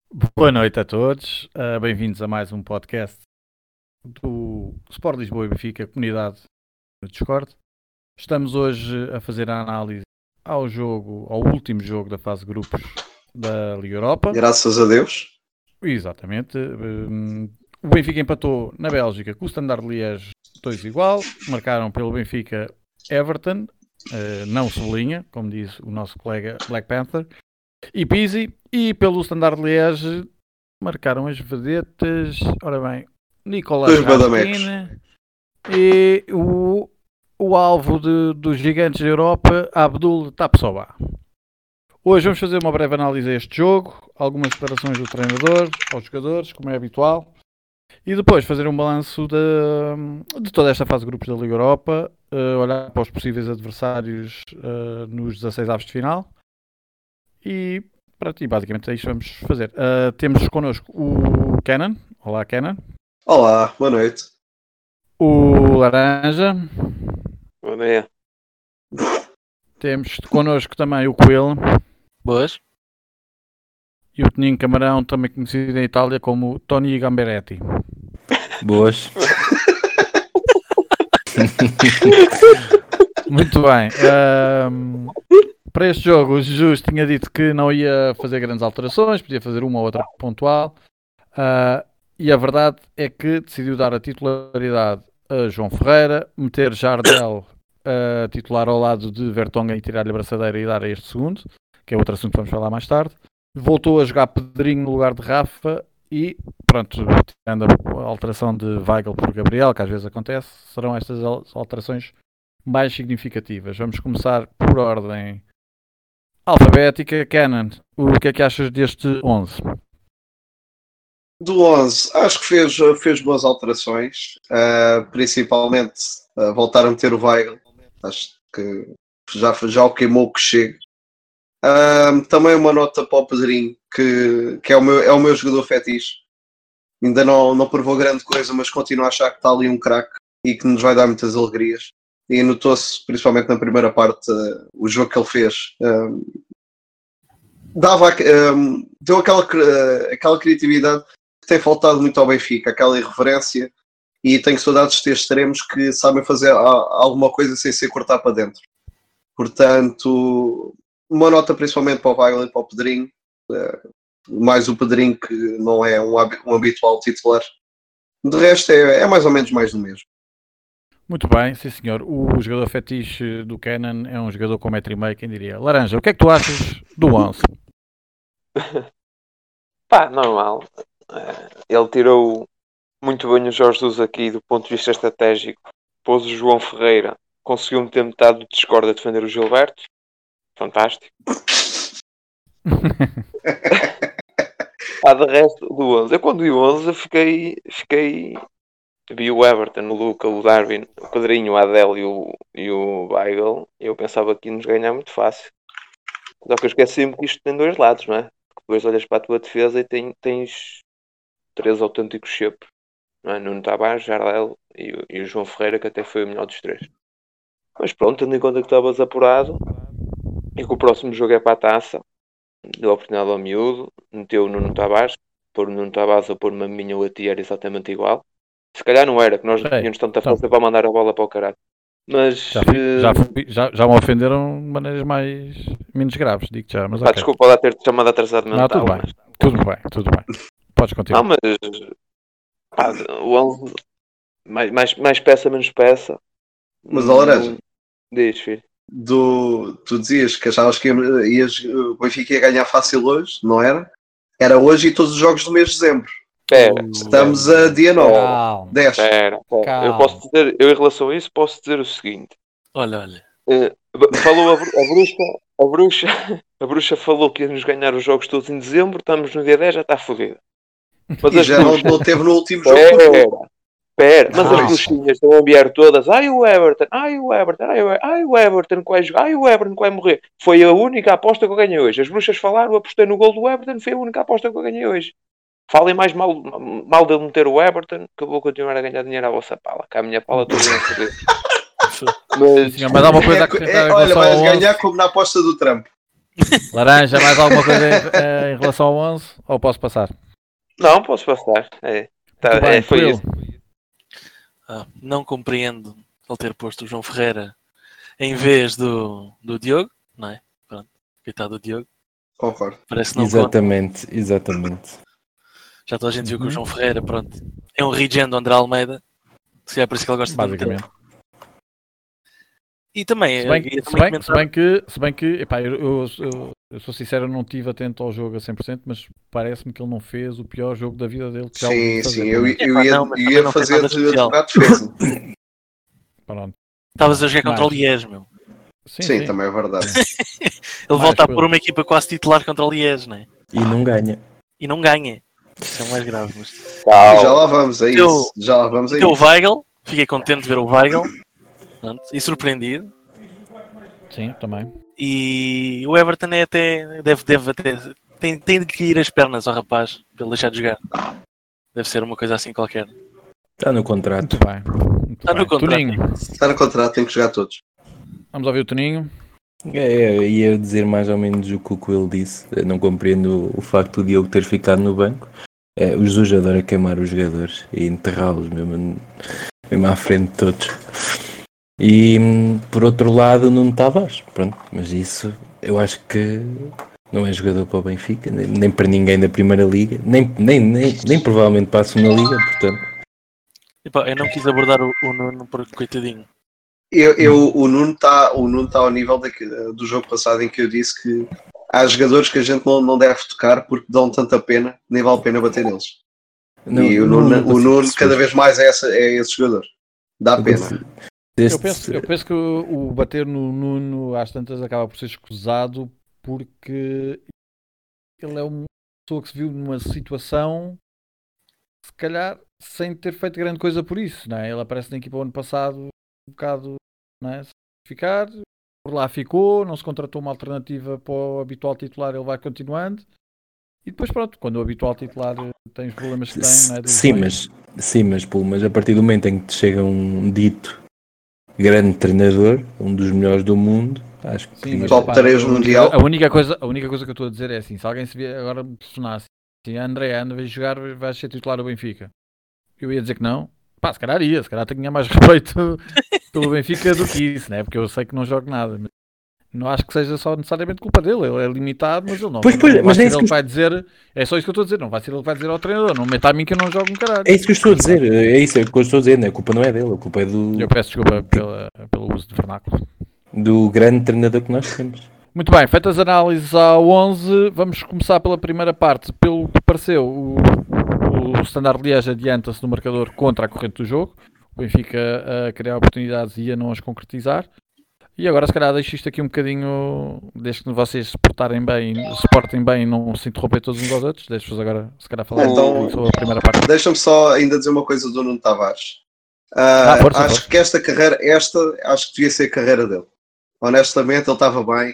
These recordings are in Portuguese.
Boa noite a todos, bem-vindos a mais um podcast do Sport Lisboa e Benfica, comunidade no Discord. Estamos hoje a fazer a análise ao último jogo da fase de grupos da Liga Europa. Graças a Deus. Exatamente. O Benfica empatou na Bélgica com o Standard Liège 2-2. Marcaram pelo Benfica Everton, não sublinha, como diz o nosso colega Black Panther, e Pizzi, e pelo Standard Liège marcaram as vedetas, ora bem, Nicolas Raskin e o alvo dos gigantes da Europa, Abdul Tapsoba. Hoje vamos fazer uma breve análise a este jogo, algumas declarações do treinador aos jogadores, como é habitual, e depois fazer um balanço de toda esta fase de grupos da Liga Europa, olhar para os possíveis adversários nos 16 avos de final. E basicamente é isto que vamos fazer. Temos connosco o Kenan. Olá, Kenan. Olá, boa noite. O Laranja. Bom dia. Temos connosco também o Quill. Boas. E o Toninho Camarão, também conhecido em Itália como Tony Gamberetti. Boas. Muito bem. Para este jogo, o Jesus tinha dito que não ia fazer grandes alterações, podia fazer uma ou outra pontual. E a verdade é que decidiu dar a titularidade a João Ferreira, meter Jardel a titular ao lado de Vertonghen e tirar-lhe a braçadeira e dar a este segundo, que é outro assunto que vamos falar mais tarde. Voltou a jogar Pedrinho no lugar de Rafa e, pronto, tirando a alteração de Weigl por Gabriel, que às vezes acontece, serão estas alterações mais significativas. Vamos começar por ordem alfabética. Kenan, o que é que achas deste 11? Do 11, acho que fez boas alterações, principalmente voltar a meter o Weigl, acho que já o queimou que chega. Também uma nota para o Pedrinho, que é o meu jogador fetiche. Ainda não provou grande coisa, mas continuo a achar que está ali um craque e que nos vai dar muitas alegrias. E notou-se, principalmente na primeira parte, o jogo que ele fez. Deu aquela criatividade que tem faltado muito ao Benfica, aquela irreverência, e tenho saudades de ter extremos que sabem fazer alguma coisa sem ser cortar para dentro. Portanto, uma nota principalmente para o Weigl e para o Pedrinho, mais o Pedrinho, que não é um habitual titular. De resto é mais ou menos mais do mesmo. Muito bem, sim senhor. O jogador fetiche do Kenan é um jogador com 1,5 m, quem diria? Laranja, o que é que tu achas do 11? Normal. Ele tirou muito bem o Jorge Jesus aqui do ponto de vista estratégico. Pôs o João Ferreira, conseguiu meter metade do Discord a defender o Gilberto. Fantástico. De resto do 11. Eu quando vi o 11 eu fiquei... Vi o Everton, o Luca, o Darwin, o Pedrinho, o Adel e o Weigl, e eu pensava que ia-nos ganhar muito fácil. Só que eu esqueci-me que isto tem dois lados, não é? Porque depois olhas para a tua defesa e tens 3 autênticos chepos. Nuno Tavares, Jardel e o João Ferreira, que até foi o melhor dos 3. Mas pronto, tendo em conta que estavas apurado e que o próximo jogo é para a taça, deu a oportunidade ao miúdo, meteu o Nuno Tavares, pôr o Nuno Tavares ou pôr uma minha ou a ti era exatamente igual. Se calhar não era, que nós tínhamos tanta força para mandar a bola para o caralho. Mas já me ofenderam de maneiras menos graves, digo já. Mas okay. Desculpa lá ter-te chamado atrasado mental. Tudo bem. Podes continuar. Não, mas o 11 mais peça, menos peça. Mas a Laranja, diz, filho. Tu dizias que achavas que o Benfica ia ganhar fácil hoje, não era? Era hoje e todos os jogos do mês de dezembro. Estamos a dia 9, 10. Eu posso dizer, em relação a isso, posso dizer o seguinte. Olha. Falou a bruxa falou que ia nos ganhar os jogos todos em dezembro, estamos no dia 10, já está fodida. Mas e já não teve no último jogo. Mas as bruxinhas estão a enviar todas. O Everton que vai jogar, o Everton que vai morrer. Foi a única aposta que eu ganhei hoje. As bruxas falaram, apostei no gol do Everton, foi a única aposta que eu ganhei hoje. Falem mais mal de meter o Everton, que eu vou continuar a ganhar dinheiro à vossa pala, que a minha pala toda não se mas há uma coisa a acrescentar. Olha, vais ganhar como na aposta do Trump. Laranja, mais alguma coisa em relação ao 11? Ou posso passar? Não, posso passar. Muito bem, Foi Coelho. isso. Não compreendo ele ter posto o João Ferreira em vez do Diogo, não é? Pronto, coitado do Diogo. Concordo. Parece que não conta. Exatamente. Já toda a gente viu que o João Ferreira, pronto, é um regen do André Almeida. Se é por isso que ele gosta de Basicamente. E também, Se bem que epá, eu sou sincero, eu não estive atento ao jogo a 100%, mas parece-me que ele não fez o pior jogo da vida dele. Que já Sim, fazer, sim, eu mas também ia não fez fazer nada de especial. jogar defesa. Pronto. Estavas a jogar contra o Mais. Liège, meu. Sim, também é verdade. Ele volta a pôr uma equipa quase titular contra o Liège, não é? E não ganha. E não ganha. Isso é o mais grave. Mas... Já lá vamos a isso. Já lá vamos a Deu o isso. Weigl, fiquei contente de ver o Weigl. Pronto, e surpreendido. Sim, também. E o Everton é até. Deve até. Tem de que ir as pernas ao rapaz para ele deixar de jogar. Deve ser uma coisa assim qualquer. Está no contrato. Muito bem. Muito Está bem. no contrato. Toninho, Está no contrato, tem que jogar todos. vamos ouvir o Toninho. Ia dizer mais ou menos o que o Coelho disse. Eu não compreendo o facto do Diogo ter ficado no banco. O Jesus adora queimar os jogadores e enterrá-los mesmo à frente de todos. E por outro lado, o Nuno Tavares. Pronto, mas isso eu acho que não é jogador para o Benfica, nem para ninguém da Primeira Liga, nem provavelmente para a Segunda Liga, portanto. Epá, eu não quis abordar o Nuno porque coitadinho. O Nuno está ao nível do jogo passado em que eu disse que há jogadores que a gente não deve tocar porque dão tanta pena, nem vale a pena bater neles. E o Nuno cada vez mais é esse jogador. Dá pena. Eu penso que o bater no Nuno às tantas acaba por ser escusado porque ele é uma pessoa que se viu numa situação, se calhar, sem ter feito grande coisa por isso, não é? Ele aparece na equipa o ano passado um bocado, não é? Ficar, por lá ficou, não se contratou uma alternativa para o habitual titular, ele vai continuando. E depois pronto, quando o habitual titular tem os problemas que tem, não é? Mas a partir do momento em que te chega um dito grande treinador, um dos melhores do mundo, acho que sim, mas, top 3 mundial. A única coisa que eu estou a dizer é assim, se alguém se vier agora me personasse assim, André, anda, vais jogar, vais ser titular do Benfica. Eu ia dizer que não. Pá, se calhar tinha mais respeito pelo Benfica do que isso, né? Porque eu sei que não jogo nada. Mas não acho que seja só necessariamente culpa dele. Ele é limitado, mas ele não. Pois, não mas vai é ser isso ele que vai dizer. É só isso que eu estou a dizer. Não vai ser ele que vai dizer ao treinador. Não meta a mim que eu não jogo um caralho. É isso que eu estou a dizer. É isso que eu estou a dizer. Né? A culpa não é dele. A culpa é Eu peço desculpa pelo uso de vernáculo. do grande treinador que nós temos. Muito bem, feitas as análises ao 11, vamos começar pela primeira parte. Pelo que pareceu, o Standard Liège adianta-se no marcador contra a corrente do jogo. O Benfica a criar oportunidades e a não as concretizar. E agora, se calhar, deixo isto aqui um bocadinho, desde que vocês se portem bem e não se interrompem todos uns aos outros. Deixo-vos agora, se calhar, falar sobre a primeira parte. Deixa-me só ainda dizer uma coisa do Nuno Tavares. Acho que esta carreira, acho que devia ser a carreira dele. Honestamente, ele estava bem.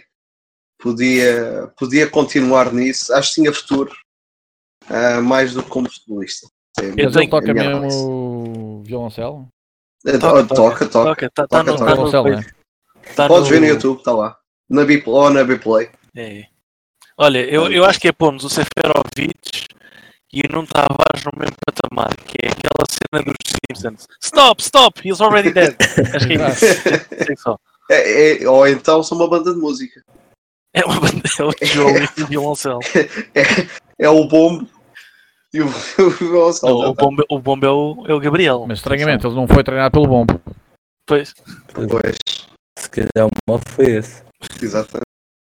Podia continuar nisso. Acho que tinha futuro. Mais do que como futebolista. Mas ele toca mesmo o violoncelo? Toca. Está no violoncelo, né? Podes ver no YouTube, está lá. Na Bplay. É. Olha, eu acho que é pomos o Seferovic e o Nuno Tavares no mesmo patamar, que é aquela cena dos Simpsons. Stop, he's already dead. Acho que é isso. Ou então são uma banda de música. É uma banda, é o Joe e o violoncelo. É o bombo e o violoncelo. O bombo é o Gabriel. Mas estranhamente, ele não foi treinado pelo bombo. Pois. Se calhar o mal foi esse. Exatamente.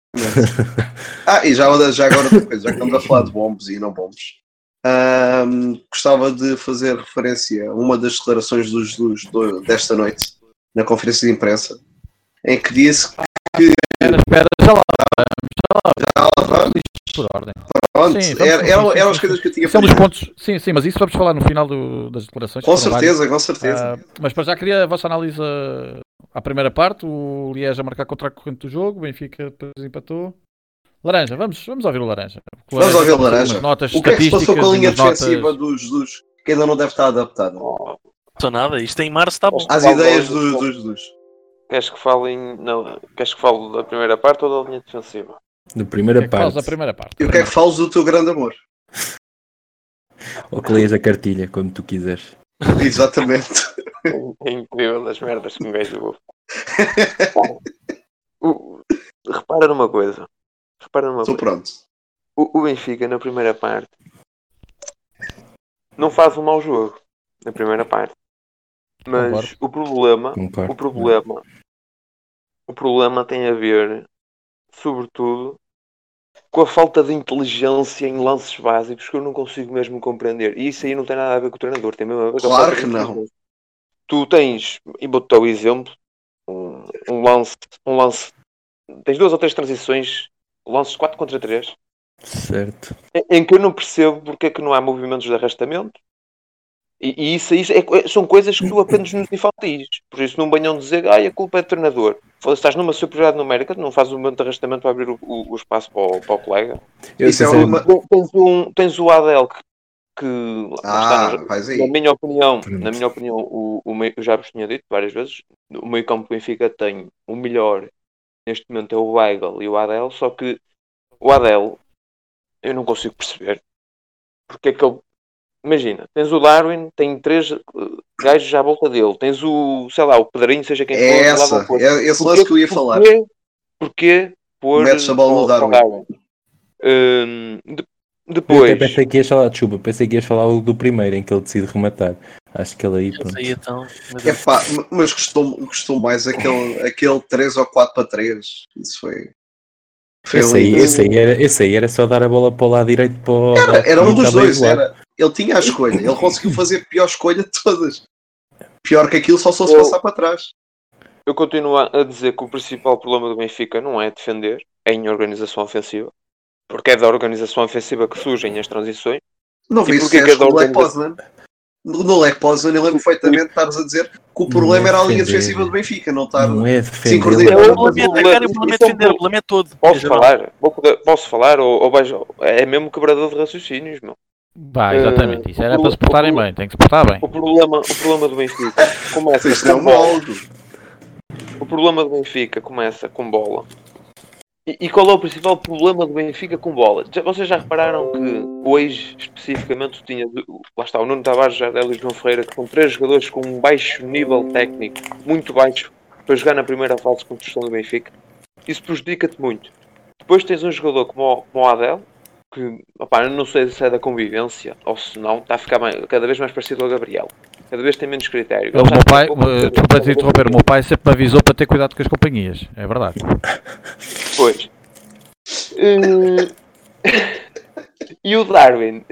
E já agora outra coisa, já que estamos a falar de bombos e não bombos, gostava de fazer referência a uma das declarações do Jesus desta noite, na conferência de imprensa, em que disse que... Espera, já lá vamos. Por ordem. Pronto, Sim, eram as coisas que eu tinha são dos pontos. Sim, mas isso vamos falar no final das declarações. Com certeza. Mas para já queria a vossa análise à primeira parte. O Liège a marcar contra a corrente do jogo. O Benfica depois empatou. Laranja, vamos ouvir o Laranja. Vamos ouvir o Laranja. Notas o que é que se passou com a linha defensiva notas... do Jesus, que ainda não deve estar adaptada? Não estou nada, isto em março está bom. Às ideias do Jesus. Queres que fale da primeira parte ou da linha defensiva? Da primeira O que é que falas parte. da primeira parte? E o que é que falas do teu grande amor? Ou que leias a cartilha, como tu quiseres. Exatamente. É incrível as merdas que um gajo ouve. Repara numa coisa. Estou pronto. O Benfica, na primeira parte, não faz um mau jogo. Na primeira parte. Mas Concordo. o problema tem a ver, sobretudo, com a falta de inteligência em lances básicos que eu não consigo mesmo compreender. E isso aí não tem nada a ver com o treinador. Tem mesmo a ver com a Claro falta de que não. inteligência. Tu tens, e vou-te dar o exemplo, um lance. Tens 2 ou 3 transições, lances 4 contra 3, Certo. em que eu não percebo porque é que não há movimentos de arrastamento. E isso aí são coisas que tu aprendes nos infantis. Por isso não venham dizer, a culpa é do treinador. Se estás numa superioridade numérica, tu não fazes um momento de arrastamento para abrir o espaço para o colega. Isso é uma... Tens o Adel que faz aí. na minha opinião, eu já vos tinha dito várias vezes, o meio campo do Benfica tem o melhor neste momento é o Weigl e o Adel, só que o Adel eu não consigo perceber porque é que ele, imagina, tens o Darwin, tem 3 gajos à volta dele, tens o, sei lá, o Pedrinho, seja quem for, esse lance que eu ia falar. Porquê pôr metes a bola no Darwin? Depois. Pensei que ias falar o do primeiro, em que ele decide rematar. Acho que ele aí, pronto. Mas gostou mais aquele 3 ou 4 para 3. Isso foi esse aí era só dar a bola para o lado direito. Era um dos dois. Ele tinha a escolha. Ele conseguiu fazer a pior escolha de todas. Pior que aquilo, só se fosse passar para trás. Eu continuo a dizer que o principal problema do Benfica não é defender, é em organização ofensiva. Porque é da organização ofensiva que surgem as transições. Não vi isso que é do Lech Poznan. No Lech Poznan eu lembro perfeitamente de estares a dizer que o problema era a linha defensiva do Benfica, não estar sincronizado. O problema é todo. Posso falar ou é mesmo quebrador de raciocínios, meu. Exatamente, isso era para se portarem bem, tem que se portar bem. O problema do Benfica começa com bola. O problema do Benfica começa com bola. E qual é o principal problema do Benfica com bola? Vocês já repararam que hoje, especificamente, tinha, lá está, o Nuno Tavares, Jardel e João Ferreira, que são 3 jogadores com um baixo nível técnico, muito baixo, para jogar na primeira fase de construção do Benfica. Isso prejudica-te muito. Depois tens um jogador como o Adel, que, eu não sei se é da convivência ou se não, está a ficar cada vez mais parecido ao Gabriel. Cada vez tem menos critério. O meu pai, desculpa te interromper, o meu pai sempre me avisou para ter cuidado com as companhias. É verdade. Pois. E o Darwin?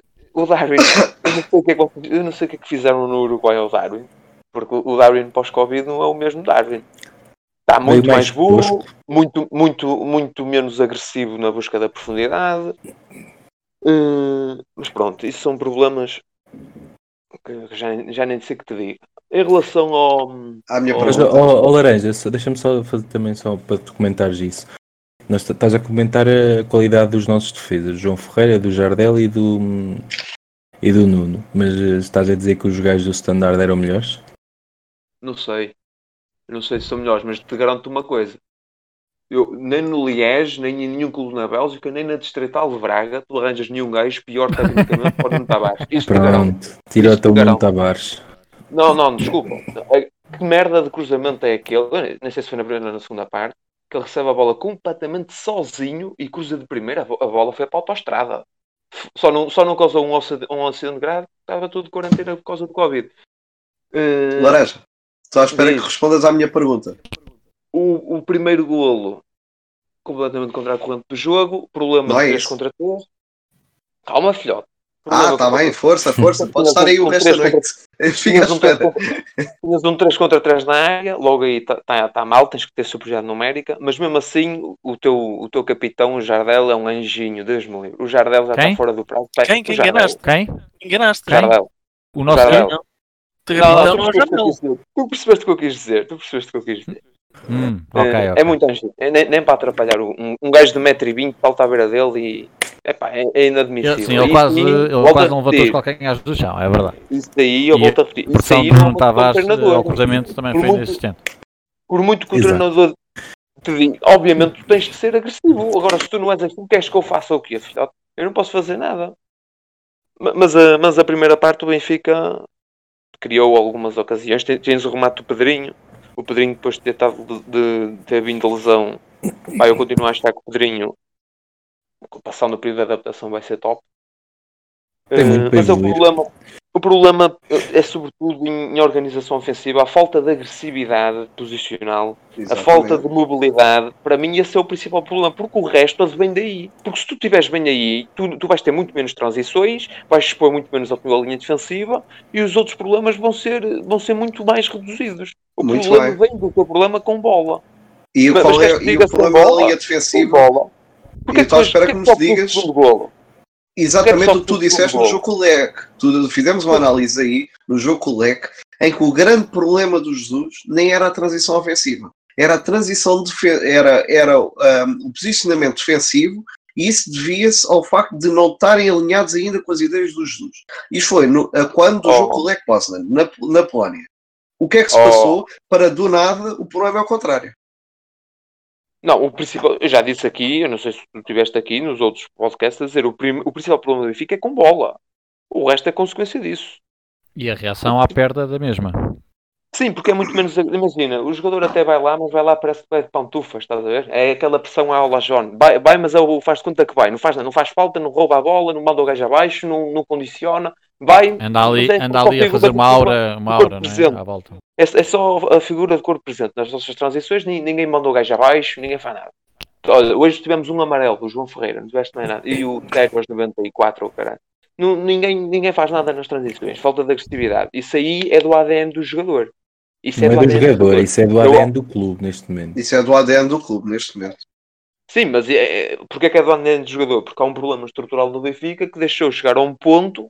Eu não sei o que é que fizeram no Uruguai ao Darwin. Porque o Darwin pós-Covid não é o mesmo Darwin. Está muito mais burro, muito menos agressivo na busca da profundidade. Mas pronto, isso são problemas que já nem sei o que te digo. Em relação à minha pergunta. Laranja, deixa-me só fazer também só para tu comentares isso. Nós estás a comentar a qualidade dos nossos defesas, do João Ferreira, do Jardel e do Nuno. Mas estás a dizer que os gajos do Standard eram melhores? Não sei se são melhores, mas te garanto uma coisa. Nem no Liège, nem em nenhum clube na Bélgica, nem na Distrital de Braga, tu arranjas nenhum gajo pior tecnicamente para o Nuno Tavares. Pronto, tira-te o Nuno Tavares. Não, desculpa. Que merda de cruzamento é aquele? Nem sei se foi na primeira ou na segunda parte. Que ele recebe a bola completamente sozinho e cruza de primeira. A bola foi para a autoestrada. Só não causou um acidente grave. Estava tudo de quarentena por causa do Covid. Laranja, estou à espera que respondas à minha pergunta. O primeiro golo completamente contra a corrente do jogo. Problema de 3 contra 3. Calma, filhote. Está bem, força. Pode estar aí o resto da noite. Fica à espera. Tinhas um 3 contra 3 na área. Logo aí está mal. Tens que ter superioridade numérica. Mas mesmo assim, o teu capitão, o Jardel, é um anjinho. Deus me livre. O Jardel já está fora do prazo. Quem enganaste? Enganaste. Jardel. O nosso Jardel. Tu percebeste o que eu quis dizer. Okay. É muito anjinho. Nem para atrapalhar um gajo de 1,20m salta à beira dele e é inadmissível. Sim, ele quase não levantou os calcanhares do chão, é verdade. Isso aí eu volto a repetir. A pressão do Nuno Tavares ao cruzamento também foi inexistente. Por muito que o treinador Obviamente tu tens de ser agressivo. Agora, se tu não és assim, queres que eu faça o quê, filhote? Eu não posso fazer nada. Mas a primeira parte o Benfica criou algumas ocasiões. Tens o remate do Pedrinho. O Pedrinho, depois de ter vindo de lesão, eu continuo a achar que o Pedrinho, passando o período de adaptação, vai ser top. Tem muito Mas para o problema é sobretudo em organização ofensiva, a falta de agressividade posicional, a falta de mobilidade. Para mim esse é o principal problema, porque o resto vem daí. Porque se tu estiveres bem aí, tu vais ter muito menos transições, vais expor muito menos a tua linha defensiva e os outros problemas vão ser muito mais reduzidos. O Muito problema bem. vem do teu problema com bola. E Mas qual queres é que e diga o sem problema da bola? linha Com defensiva? bola. E eu estou à espera que nos digas exatamente o que tu disseste no jogo com o Leque. Fizemos uma análise aí, no jogo com o Leque, em que o grande problema do Jesus nem era a transição ofensiva. Era a transição era o posicionamento defensivo, e isso devia-se ao facto de não estarem alinhados ainda com as ideias do Jesus. Isto foi quando do jogo com o Lech Poznan, na Polónia. O que é que se passou para, do nada, o problema é o contrário? Não, o principal, eu já disse aqui, eu não sei se tu estiveste aqui nos outros podcasts a dizer, o principal problema do Benfica é com bola. O resto é consequência disso. E a reação à perda da mesma. Sim, porque é muito menos. Imagina, o jogador até vai lá, mas vai lá, parece que vai de pantufas, estás a ver? É aquela pressão à aula John. Vai, mas faz de conta que vai. Não faz falta, não rouba a bola, não manda o gajo abaixo, não condiciona. Vai. Anda ali a fazer uma aura, não é? À volta. É só a figura de corpo presente nas nossas transições, ninguém manda o gajo abaixo, ninguém faz nada. Olha, hoje tivemos um amarelo, o João Ferreira, não tiveste mais nada. E o Tecos 94, caralho. Ninguém faz nada nas transições, falta de agressividade. Isso aí é do ADN do jogador. Isso não é do jogador, isso é do ADN do clube neste momento. Isso é do ADN do clube neste momento. Sim, mas porque é que é do ADN do jogador? Porque há um problema estrutural do Benfica que deixou chegar a um ponto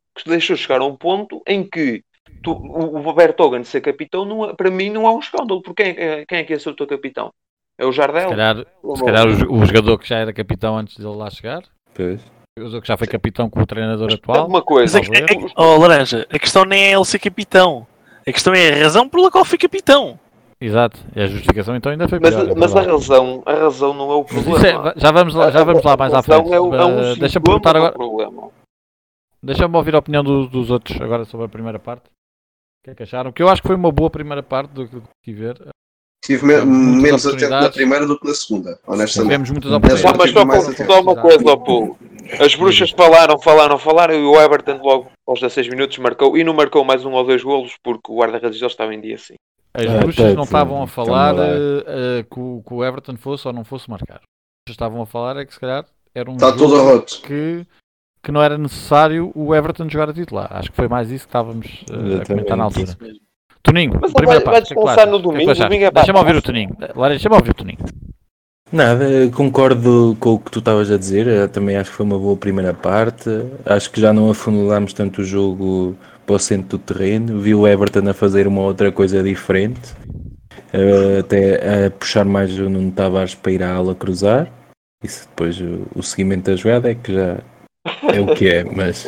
em que o Roberto Hogan ser capitão, para mim, não é um escândalo. Porque quem é que ia ser o teu capitão? É o Jardel? Se calhar o jogador que já era capitão antes dele lá chegar. Pois. O jogador que já foi capitão com o treinador atual. Uma coisa. Laranja, a questão nem é ele ser capitão. A questão é a razão pela qual foi capitão. Exato. E a justificação então ainda foi pior. Mas a razão não é o problema. Já vamos lá mais à frente. Deixa-me perguntar agora. Deixa-me ouvir a opinião dos outros agora sobre a primeira parte. O que é que acharam? Que eu acho que foi uma boa primeira parte do que tive ver. Tive menos atento na primeira do que na segunda, honestamente. Tivemos muitas oportunidades. Mas só uma coisa, Paulo. As bruxas falaram e o Everton logo aos 16 minutos marcou e não marcou mais 1 ou 2 golos porque o guarda-redes deles estava em dia assim. As bruxas não estavam a falar que o Everton fosse ou não fosse marcar. As bruxas estavam a falar é que se calhar era um jogo que não era necessário o Everton jogar a titular. Acho que foi mais isso que estávamos a comentar na altura. Toninho, mas primeira vai parte. descansar no domingo. Deixa-me ouvir o Toninho. Deixa-me ouvir o Toninho. Nada, concordo com o que tu estavas a dizer. Eu também acho que foi uma boa primeira parte. Acho que já não afundulámos tanto o jogo para o centro do terreno. Vi o Everton a fazer uma outra coisa diferente, até a puxar mais o Nuno Tavares para ir à ala cruzar. Isso depois o seguimento da jogada é que já é o que é, mas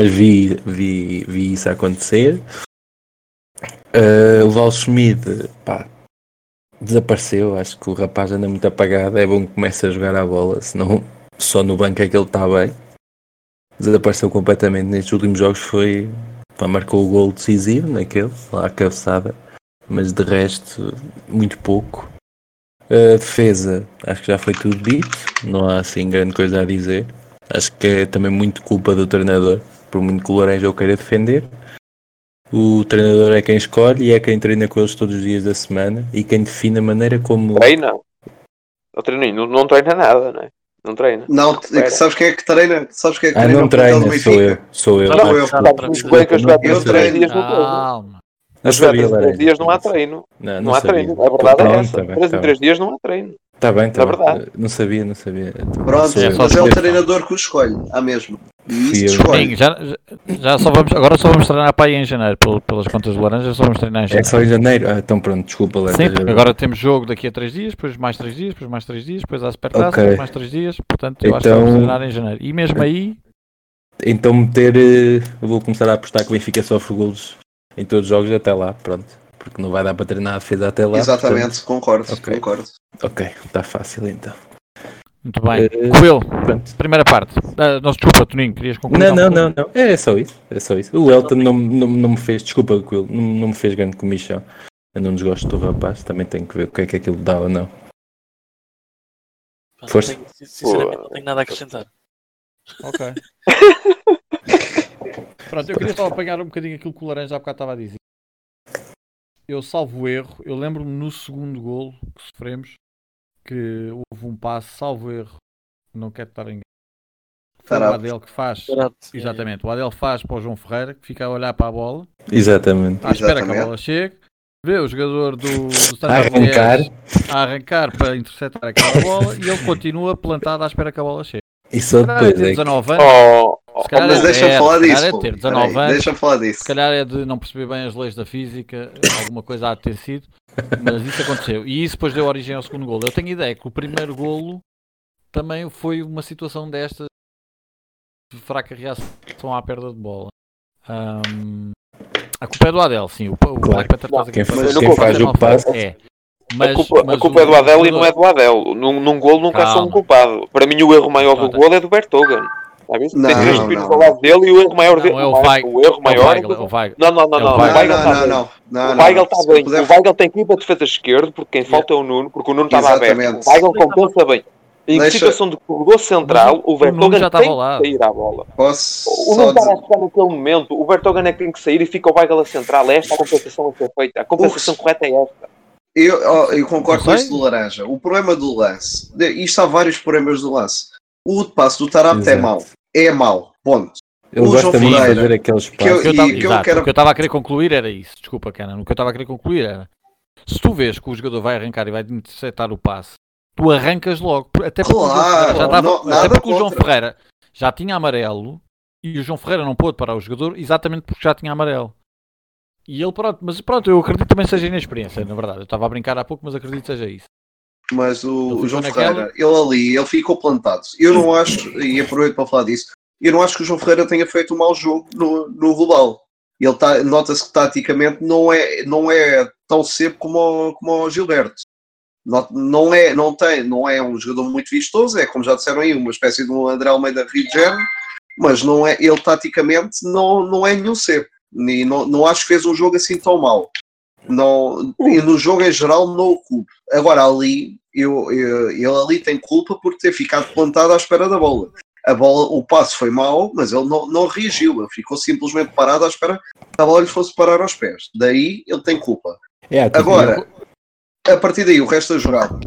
vi isso acontecer. O Val Schmid, desapareceu. Acho que o rapaz anda muito apagado. É bom que comece a jogar a bola, senão só no banco é que ele está bem. Desapareceu completamente nestes últimos jogos. Marcou o gol decisivo naquele, lá a cabeçada, mas de resto muito pouco. Defesa, acho que já foi tudo dito, não há assim grande coisa a dizer. Acho que é também muito culpa do treinador, por muito que o Laranja o queira defender. O treinador é quem escolhe e é quem treina com eles todos os dias da semana e quem define a maneira como... Treina? O treininho não treina nada, não é? Não treina. Não, sabes quem é que treina? Não treina, sou eu. Não, eu treino. Não sabia, 3 dias não há treino. Não há treino. A verdade é essa. 3 em 3 dias não há treino. Está bem, é verdade. Não sabia. Pronto, mas é o treinador que o escolhe, há mesmo. E isso escolhe. Agora só vamos treinar para aí em janeiro, pelas contas do Laranja, só vamos treinar em janeiro. É só em janeiro? Então pronto, desculpa. Sim, agora temos jogo daqui a 3 dias, depois mais 3 dias, depois mais 3 dias, depois há Supertaça, depois mais 3 dias, portanto eu acho que vamos treinar em janeiro. E mesmo aí... Então vou começar a apostar que o Benfica sofre golos em todos os jogos até lá, pronto. porque não vai dar para treinar a defesa até lá. Exatamente, concordo. Ok, está fácil então. Muito bem. Quill, primeira parte. Não, desculpa, Toninho, querias concluir? Não. É só isso. O Elton não me fez, desculpa, Quill, não me fez grande comichão. Eu não desgosto do rapaz, também tenho que ver o que é que aquilo dá ou não. Força. Sinceramente, não tenho nada a acrescentar. Ok. Pronto, eu queria só apanhar um bocadinho aquilo que o Laranja há bocado estava a dizer. Eu salvo erro, eu lembro-me no segundo golo que sofremos, que houve um passe, salvo erro, não quero estar em... Foi o Adel que faz, exatamente, o Adel faz para o João Ferreira, que fica a olhar para a bola, exatamente, à espera que a bola chegue, vê o jogador do Standard a arrancar para interceptar aquela bola e ele continua plantado à espera que a bola chegue. E só depois é 19 anos. Mas deixa-me falar disso. Ter 19 anos, deixa-me falar disso. Se calhar é de não perceber bem as leis da física, alguma coisa há de ter sido, mas isso aconteceu. E isso depois deu origem ao segundo golo. Eu tenho ideia que o primeiro golo também foi uma situação desta de fraca reação à perda de bola. A culpa é do Adel, sim. O Black Panther faz quem faz o passe é. A culpa é do Adel e não é do Adel. Num golo nunca sou um culpado. Para mim o erro maior do golo é do Vertonghen. Tem 3 tiros ao lado dele e o erro maior dele. O erro maior. Não. O Weigl está bem. O Weigl está bem. O Weigl tem que ir para a defesa esquerda porque quem falta é o Nuno, porque o Nuno estava aberto. O Weigl compensa bem. Em situação de corredor central, o Vertonghen tem que sair à bola. O Nuno estava a ficar naquele momento. O Vertonghen é que tem que sair e fica o Weigl a central. Esta é a compensação a ser feita. A compensação correta é esta. Eu concordo com isso do Laranja. O problema do lance, isto há vários problemas do lance. O passo do Tarapte é mau, ponto. Ele gosta muito de fazer aqueles passos. O que eu estava a querer concluir era isso. Desculpa, Canan. O que eu estava a querer concluir era, se tu vês que o jogador vai arrancar e vai interceptar o passe, tu arrancas logo. Até porque, o João Ferreira já tinha amarelo e o João Ferreira não pôde parar o jogador exatamente porque já tinha amarelo. E ele, eu acredito que também seja inexperiência, na verdade. Eu estava a brincar há pouco, mas acredito que seja isso. Mas o João Ferreira, ele ficou plantado. Eu não acho, e aproveito para falar disso, eu não acho que o João Ferreira tenha feito um mau jogo no global. Ele nota-se que taticamente não é tão cedo como o Gilberto. Não é um jogador muito vistoso, é como já disseram aí, uma espécie de um André Almeida Rigério, mas não é, ele taticamente não é nenhum cedo. E não acho que fez um jogo assim tão mau. E no jogo em geral não o culpo. Agora ali, ele ali tem culpa por ter ficado plantado à espera da bola. O passo foi mau, mas ele não reagiu. Ele ficou simplesmente parado à espera que a bola lhe fosse parar aos pés. Daí ele tem culpa. Agora, a partir daí, o resto da jogada,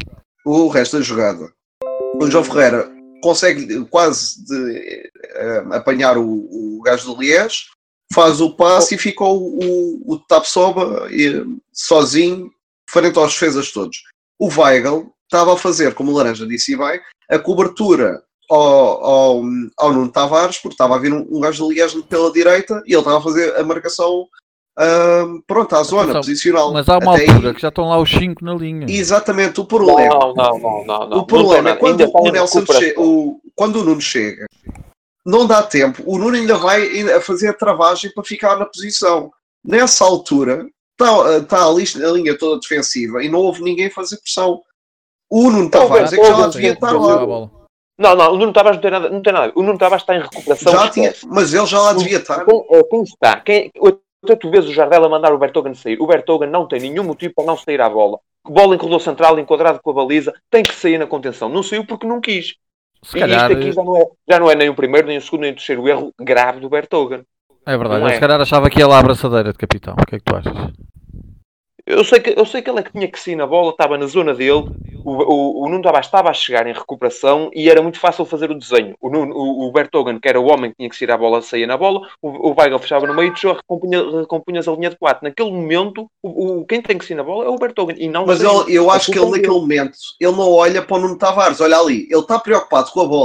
o João Ferreira consegue quase apanhar o gajo do Liège, faz o passe e fica o Tapsoba sozinho, frente aos defesas todos. O Weigl estava a fazer, como o Laranja disse e bem, a cobertura ao Nuno Tavares, porque estava a vir um gajo do Liège pela direita e ele estava a fazer a marcação à zona posicional. Mas há uma altura que já estão lá os 5 na linha. Exatamente, o problema. Não. O problema é quando quando o Nuno chega, não dá tempo. O Nuno ainda vai a fazer a travagem para ficar na posição. Nessa altura, está a linha toda defensiva e não houve ninguém fazer pressão. O Nuno Tavares é que já devia estar lá. Não, o Nuno Tavares não tem nada. O Nuno Tavares está em recuperação. Mas ele já lá devia estar. Quem está? Tu vês o Jardel a mandar o Vertonghen sair. O Vertonghen não tem nenhum motivo para não sair à bola. Bola em corredor central, enquadrado com a baliza, tem que sair na contenção. Não saiu porque não quis. Se calhar... E isto aqui já não é nem o primeiro, nem o segundo, nem o terceiro erro grave do Vertonghen. É verdade, eu se calhar achava que ia lá a abraçadeira de capitão. O que é que tu achas? Eu sei que ele é que tinha que sair na bola, estava na zona dele, o Nuno Tavares estava a chegar em recuperação e era muito fácil fazer o desenho. O Vertonghen, que era o homem que tinha que sair à bola, saía na bola, o Weigl fechava no meio e recompunha-se a linha de 4. Naquele momento, quem tem que sair na bola é o Vertonghen. E não. Mas eu acho que ele naquele momento, ele não olha para o Nuno Tavares, olha ali, ele está preocupado com a bola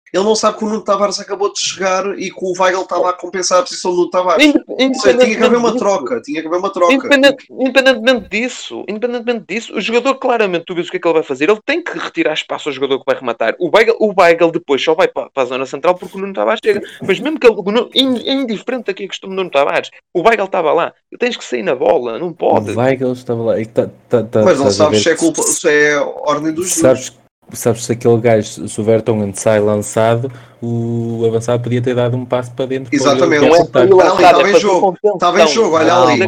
ele não sabe que o Nuno Tavares acabou de chegar e que o Weigl estava a compensar a posição do Nuno Tavares. Tinha que haver uma troca. Independentemente disso, o jogador claramente, tu vês o que é que ele vai fazer, ele tem que retirar espaço ao jogador que vai rematar. O Weigl depois só vai para a zona central porque o Nuno Tavares chega. Mas mesmo que ele, indiferente daqui a questão do Nuno Tavares, o Weigl estava lá. Tens que sair na bola, não pode. O Weigl estava lá. Mas não sabes se é a ordem dos jogadores. Sabes se aquele gajo, se o Vertonghen sai lançado, o avançado podia ter dado um passo para dentro. Exatamente. Não é estava em jogo, olha ali.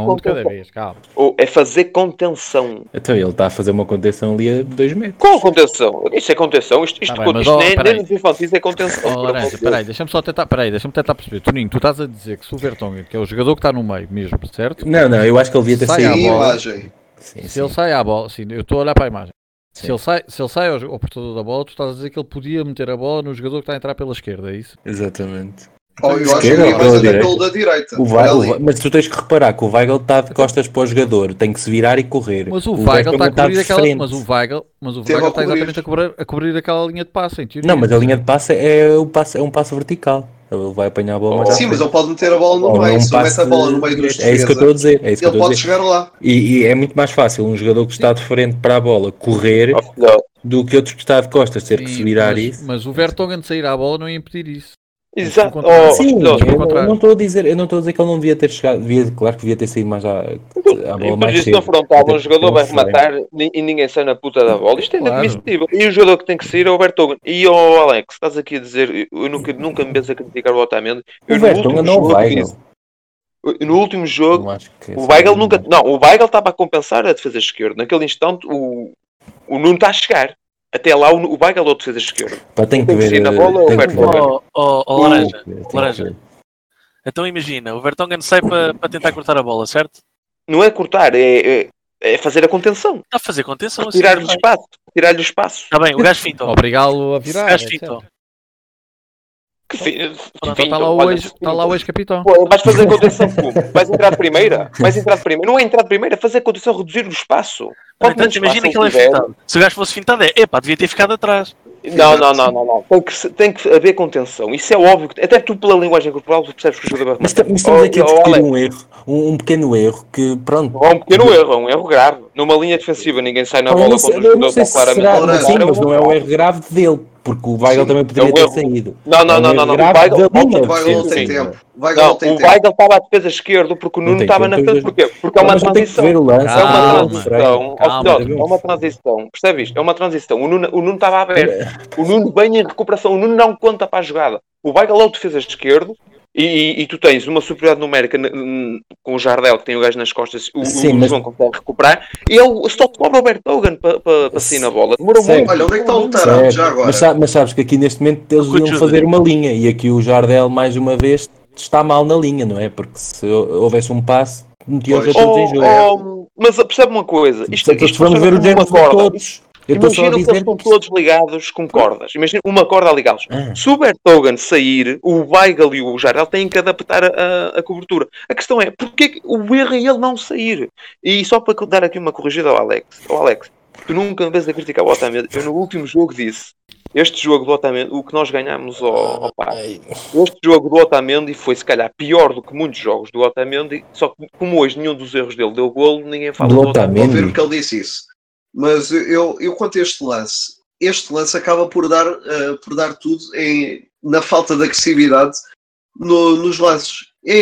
É fazer contenção. Então ele está a fazer uma contenção ali a 2 metros. Qual contenção? Isso é contenção. Isto nem nos infantis é contenção. Peraí, deixa-me tentar perceber. Toninho, tu estás a dizer que se o Vertonghen, que é o jogador que está no meio mesmo, certo? Não, eu acho que ele devia ter saído. Se ele sai à bola, sim, eu estou a olhar para a imagem. Se ele sai ao portador da bola, tu estás a dizer que ele podia meter a bola no jogador que está a entrar pela esquerda, é isso? Exatamente. Eu acho que ele vai fazer pelo da direita. Mas tu tens que reparar que o Weigl está de costas para o jogador, tem que se virar e correr. Mas o Weigl está a cobrir aquela. Mas o Weigl está exatamente a cobrir aquela linha de passe. Não, mas a linha de passe é um passo vertical. Ele vai apanhar a bola. Sim, mas ele pode meter a bola no meio. Se ele mete a bola no meio dos defesas, é isso que eu estou a dizer. Ele pode chegar lá. E é muito mais fácil um jogador que está de frente para a bola correr do que outro que está de costas ter que se virar isso. Mas o Vertonghen de sair à bola não ia impedir isso. Exato. Sim, eu não estou a dizer que ele não devia ter chegado. Claro que devia ter saído mais à bola mais cedo. Se não frontal, um jogador vai rematar e ninguém sai na puta da bola. Isto é inadmissível. E o jogador que tem que sair é o Vertonghen. E o Alex, estás aqui a dizer, eu nunca me vejo a criticar o Otamendi. O Vertonghen não vai. No último jogo, o Weigl nunca. Não, o Weigl estava a compensar a defesa esquerda. Naquele instante, o Nuno está a chegar. Até lá o Weigl ou a defesa esquerda. Tem que ver na bola ou o Vertonghen. Laranja. Então imagina, o Vertonghen sai para tentar cortar a bola, certo? Não é cortar, é fazer a contenção. Está a fazer contenção. Tirar-lhe o espaço. Está bem, o gajo fintou. Obrigá-lo a virar. O gajo fintou. Está lá o ex-capitão. Vais fazer contenção como? Vais entrar de primeira? Não é entrar de primeira, fazer contenção, reduzir o espaço. Então, imagina que ele é fintado. Se o gajo fosse fintado, devia ter ficado atrás. Não. Tem que haver contenção. Isso é óbvio. Até tu, pela linguagem corporal, tu percebes que o jogador vai... Mas estamos aqui a discutir um erro. Um pequeno erro que, pronto... É um pequeno erro, é um erro grave. Numa linha defensiva, ninguém sai na bola quando o jogador está claramente... Sim, mas não é um erro grave dele. Porque o Weigl também poderia ter saído. Não. O Weigl tem tempo. O Weigl estava à defesa esquerda porque o Nuno estava na frente. Porquê? Porque é uma transição. É uma transição. Percebes? É uma transição. O Nuno estava aberto. O Nuno vem em recuperação. O Nuno não conta para a jogada. O Weigl é o defesa esquerdo. E tu tens uma superioridade numérica com o Jardel, que tem o gajo nas costas, o João consegue recuperar, e ele só cobra o Vertonghen para sair na bola. Demorou muito. Olha, onde é que está o Tarap já agora? Mas sabes que aqui neste momento eles iam fazer uma linha, e aqui o Jardel, mais uma vez, está mal na linha, não é? Porque se houvesse um passe, metiam os todos em jogo. Mas percebe uma coisa, isto vamos ver os erros de todos. Imagina que eles estão todos ligados com cordas. Imagina uma corda a ligá-los. Se o Vertonghen sair, o Weigl e o Jardel têm que adaptar a cobertura. A questão é, porque o erro é ele não sair? E só para dar aqui uma corrigida ao Alex. Tu nunca me vês a criticar o Otamendi. Eu no último jogo disse, este jogo do Otamendi, o que nós ganhámos ao passe, este jogo do Otamendi foi se calhar pior do que muitos jogos do Otamendi, só que como hoje nenhum dos erros dele deu golo, ninguém fala do Otamendi. Vou ver porque ele disse isso. Mas eu quanto a este lance acaba por dar tudo na falta de agressividade nos lances.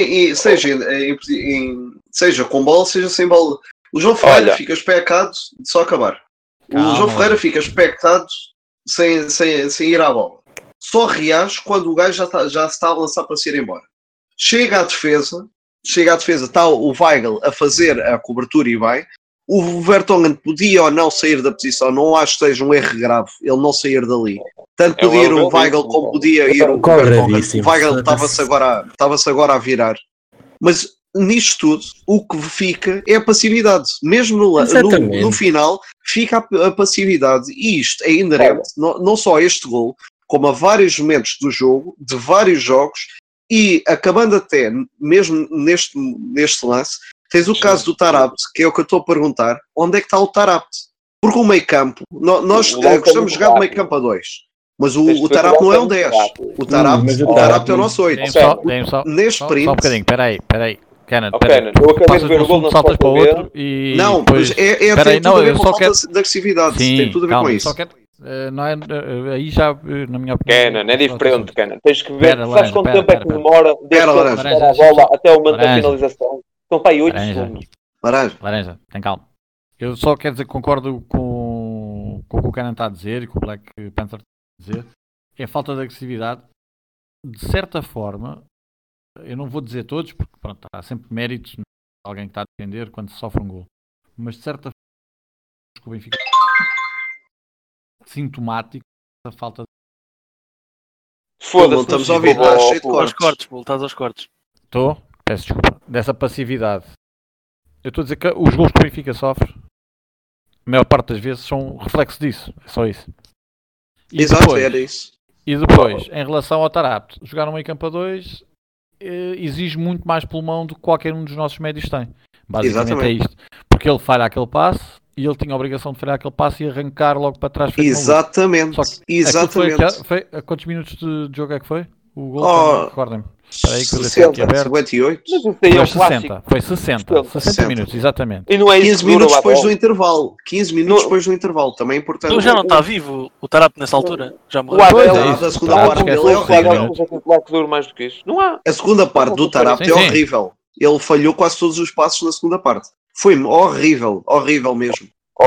Seja com bola, seja sem bola. O João Ferreira fica especado de só acabar. O João Ferreira fica espectado sem ir à bola. Só reage quando o gajo já está a lançar para se ir embora. Chega à defesa, está o Weigl a fazer a cobertura e vai. O Vertonghen podia ou não sair da posição, não acho que seja um erro grave ele não sair dali. Tanto podia ir o Weigl como podia ir o Vertonghen. O Weigl estava-se agora a virar. Mas nisto tudo, o que fica é a passividade. Mesmo no final, fica a passividade. E isto é inerente, não só a este gol, como a vários momentos do jogo, de vários jogos, e acabando até, mesmo neste lance, tens o caso do Tarabt, que é o que eu estou a perguntar, onde é que está o Tarabt? Porque o meio campo, nós gostamos de jogar de meio campo a 2. Mas Tens de o ver Tarap que não é um o 10. Tarap- O Tarap, mas o Tarap é o nosso 8. Deem-me só Neste só um sprint. bocadinho, peraí. Cannon, Ok, peraí. eu acabei Passas de ver por o gol um, na saltas para o Sport outro e Não, depois... mas tem Peraí, tudo a ver eu com a só falta quero... de agressividade. Sim, Tem tudo a ver calma, com eu isso. só quero... não é, aí já, na minha opinião... Canon, é diferente, Canon. Tens que ver. Pera, Sabes Laranja, quanto pera, tempo é que pera. demora desde Pera, que ele Laranja. recupera a bola até o momento da Laranja. finalização? São para aí 8 Laranja. segundos. Laranja. Tem calma. Eu só quero dizer que concordo com o que o Cannon está a dizer e com o Black Panther está a dizer. É a falta de agressividade. De certa forma, eu não vou dizer todos, porque pronto, há sempre méritos de alguém que está a defender quando se sofre um gol. Mas de certa forma, acho que o Benfica é sintomático da falta de... Foda-se, Não estamos não a ouvir, vou- está cheio de vou- Aos cortes. cortes, Bull, estás aos cortes. Estou? Peço desculpa. Dessa passividade. Eu estou a dizer que os gols que o Benfica sofre, a maior parte das vezes, são reflexo disso. É só isso. E Exato, depois, era isso. E depois, em relação ao Tarap, jogar no meio campo a 2 exige muito mais pulmão do que qualquer um dos nossos médios tem. Basicamente Exatamente. é isto. Porque ele falha aquele passe e ele tinha a obrigação de falhar aquele passe e arrancar logo para trás. feito maluco. Exatamente. Só que aquilo Exatamente. foi a quantos minutos de jogo é que foi? O gol, Oh, recordem-me. Espera aí que eu deixei aqui 60, aberto. 58. Mas isso aí é Foi um clássico. 60. Foi 60. 60 60. minutos, exatamente. E não é isso 15 que dura minutos lá depois do bola. intervalo. 15 minutos No- depois do intervalo. Também é importante. Ele já não está vivo, o Tarap nessa altura. Já O morreu. Adel, Pois é Não, isso. da segunda Tá, parte esquece. dele é o horrível. Adel seja titular que dure mais do que isso. Não há. A segunda parte do Tarap Sim, é sim. horrível. Ele falhou quase todos os passos na segunda parte. Foi horrível. Horrível mesmo.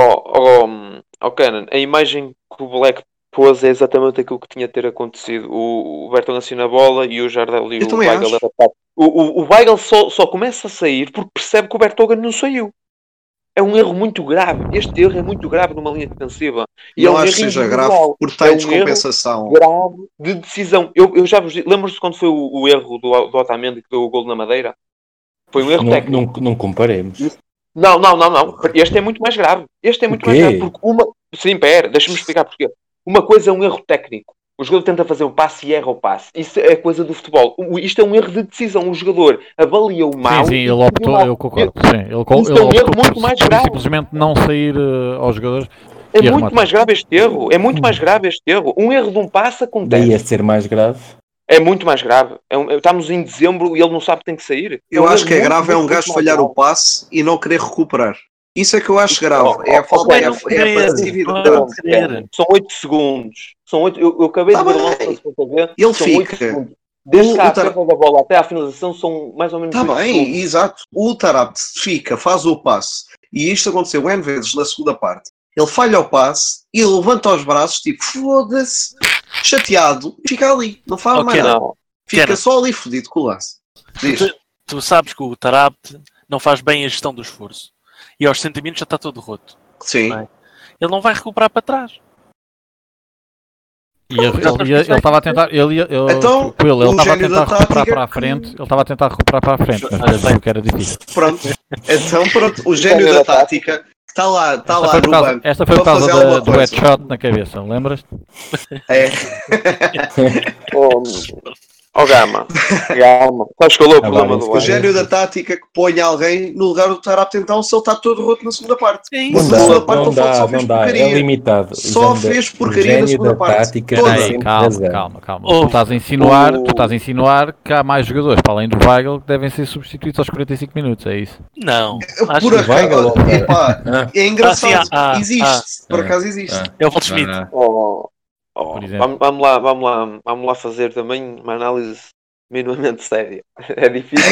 Canon, a imagem que o Black pôs é exatamente aquilo que tinha de ter acontecido. O Berton assina a bola e o Jardel e Eu o também Weigl acho. atacaram. O Weigl só começa a sair porque percebe que o Bertogan não saiu. É um erro muito grave. Este erro é muito grave numa linha defensiva. E Não é um acho que erro seja grave individual. por É tal um descompensação. grave de decisão. Eu já vos digo, lembro-se quando foi o erro do Otamendi que deu o gol na Madeira? Foi um erro técnico. Não comparemos. Não. Este é muito mais grave. Este é muito mais grave. Porque Sim, pera, deixa-me explicar porquê. Uma coisa é um erro técnico. O jogador tenta fazer o passe e erra o passe. Isso é coisa do futebol. Isto é um erro de decisão. O jogador avaliou mal. Sim, ele optou, eu concordo. Sim, ele Isto é um erro optou muito por mais grave. simplesmente não sair aos jogadores. É e muito arrematar. mais grave este erro. É muito mais grave este erro. Um erro de um passe acontece. Daí a ser mais grave. É muito mais grave. Estamos em dezembro e ele não sabe que tem que sair. Eu um acho erro que é muito, grave é um muito, gajo muito falhar mais o passe e não querer recuperar. Isso é que eu acho grave. É a falta, Vai é não a querer, passividade. vai não querer. São 8 segundos. São 8. Eu acabei Tá de ver o bem. lance para você ver. Ele São fica. 8 segundos. Desde O que há a Tar- perda da bola até à finalização são mais ou menos Está 8 bem, segundos. exato. O Tarap fica, faz o passe. E isto aconteceu N vezes na segunda parte. Ele falha o passe e levanta os braços, tipo, foda-se, chateado, e fica ali. Não faz mais nada. Não. Fica Kenneth. só ali fodido com o lance. Diz. Tu sabes que o Tarap não faz bem a gestão do esforço. E aos 60 minutos já está todo roto. Sim. Não é? Ele não vai recuperar para trás. E ele estava a tentar. Então, Ele o estava a gênio tentar da recuperar tática para a frente. Ele estava a tentar recuperar para a frente, mas Olha, viu que era difícil. Pronto. Então, pronto. O gênio da tática que está lá no banco. Esta foi por para causa fazer alguma do coisa. headshot na cabeça, lembras-te? É. Gama. Sabes qual é o problema do O Weigl? gênio da tática que põe alguém no lugar do Tarap então se ele está todo roto na segunda parte. É Mas isso. na segunda parte ele só Não fez dá, porcaria. é limitado. Só fez porcaria na segunda parte. Tática Toda. tem Peraí, sempre calma. razão. Tu estás a insinuar que há mais jogadores, para além do Weigl, que devem ser substituídos aos 45 minutos, é isso? Não. Acho Por que acaso- Weigl, acaso, epá, é engraçado. Ah, sim, Existe. Por acaso existe. é o Waldschmidt. Por exemplo. Vamos lá fazer também uma análise minimamente séria. É difícil.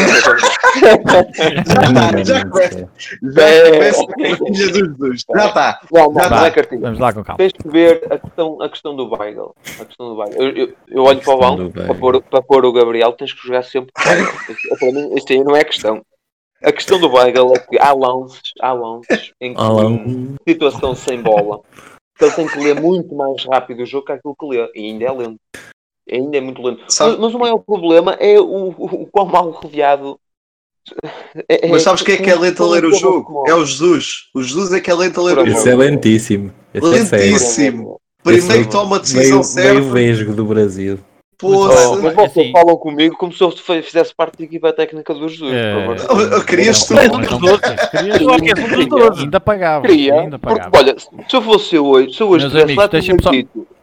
Já começa. É. Começa com a filha dos dois. Já está. Não Vá, é cartinha. vamos lá com calma. Tens que ver a questão do Weigl. Eu olho para o questão banco do Weigl. para pôr o Gabriel, tens que jogar sempre. Para mim, isto aí não é questão. A questão do Weigl é que há lances em que situação sem bola, que ele tem que ler muito mais rápido o jogo que aquilo que lê, e ainda é lento. Ainda é muito lento. Mas o maior problema é o quão mal rodeado. Mas sabes quem é que é lento a ler o jogo? É o Jesus. O Jesus é que é lento a ler o Esse jogo. é lentíssimo. Esse é sério. Lentíssimo. Primeiro que toma a decisão Meio certa. vesgo do Brasil. Poça. Mas vocês assim- falam comigo como se eu fizesse parte da equipa técnica do Jesus. por amor de Deus. Querias tu. Não, mas não precisas. Eu acho que é um dos dois. Ainda pagava. Queria, Ainda porque pagava. olha, se eu fosse hoje Meus tivesse amigos, lá, deixem-me tinha só- dito,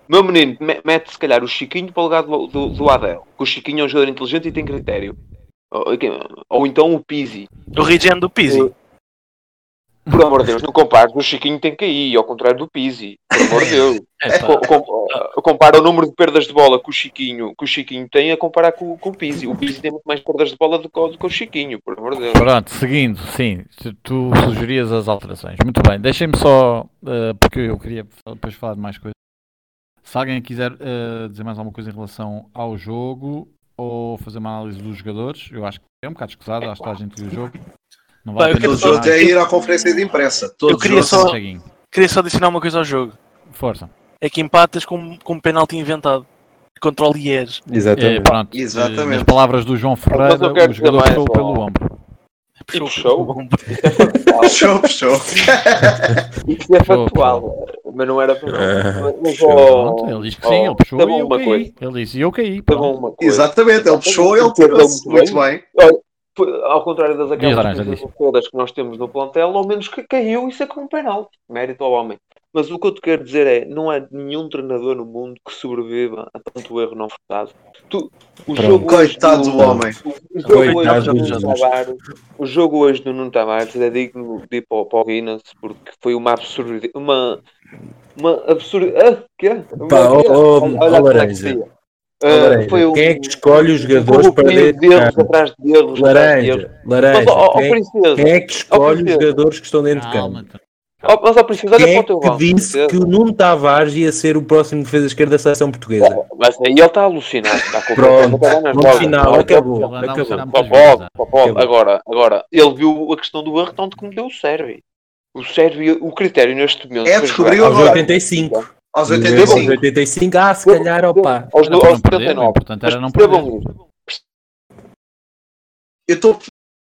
Meu menino, mete se calhar o Chiquinho para o lugar do Adel. Que o Chiquinho é um jogador inteligente e tem critério. Ou então o Pizzi. O regen do Pizzi. Por amor de Deus, não compares. O Chiquinho tem que ir, ao contrário do Pizzi. Por amor de Deus. Compara o número de perdas de bola que o Chiquinho tem a comparar com o Pizzi. O Pizzi tem muito mais perdas de bola do que o Chiquinho, por amor de Deus. Pronto, seguindo, sim, tu sugerias as alterações. Muito bem, deixem-me só, porque eu queria depois falar de mais coisas. Se alguém quiser dizer mais alguma coisa em relação ao jogo ou fazer uma análise dos jogadores, eu acho que é um bocado escusado, acho que a gente viu o jogo. Não vale a pena Todos os outros é ir à conferência de imprensa. Eu queria Todos os outros. queria só adicionar uma coisa ao jogo. Força. É que empatas com um penalti inventado. Contra o Liège. Exatamente. Pronto, Exatamente. nas palavras do João Ferreira, Mas eu quero o jogador dizer mais, puxou pelo ombro. Puxou? Show. Isso é factual. Mas não era para nós. Pronto, ele disse que sim, ele puxou e eu caí. Coisa. Ele disse e eu caí. Tá Pronto. bom uma coisa. Exatamente, ele puxou, ele tirou-se muito bem. Ao contrário das Laranja, aquelas coisas todas que nós temos no plantel, ao menos que caiu, isso é como um penalti. Mérito ao homem. Mas o que eu te quero dizer é, não há nenhum treinador no mundo que sobreviva a tanto erro não forçado. Coitado do homem. O jogo hoje do Nuno Tavares é digno de ir para o Guinness, porque foi uma absurdidade. Uma absurda. Quê? Laranja. Foi quem é que escolhe os jogadores para dentro de campo? Atrás de erros, Laranja. Mas, Quem é que escolhe os jogadores que estão dentro de campo? Mas, Princesa, olha Quem para é o teu que banco. disse que o Nuno Tavares ia ser o próximo defesa esquerda da seleção portuguesa? Mas aí ele está alucinado. Está Pronto, no final acabou. Agora, ele viu a questão do erro tanto como deu o Sérvio. O critério neste momento... descobriu aos agora. 85. Aos Aos 85. 85, se calhar, opa. Aos Não perder, 79. o importante era não Percebam perder. isto. Eu estou.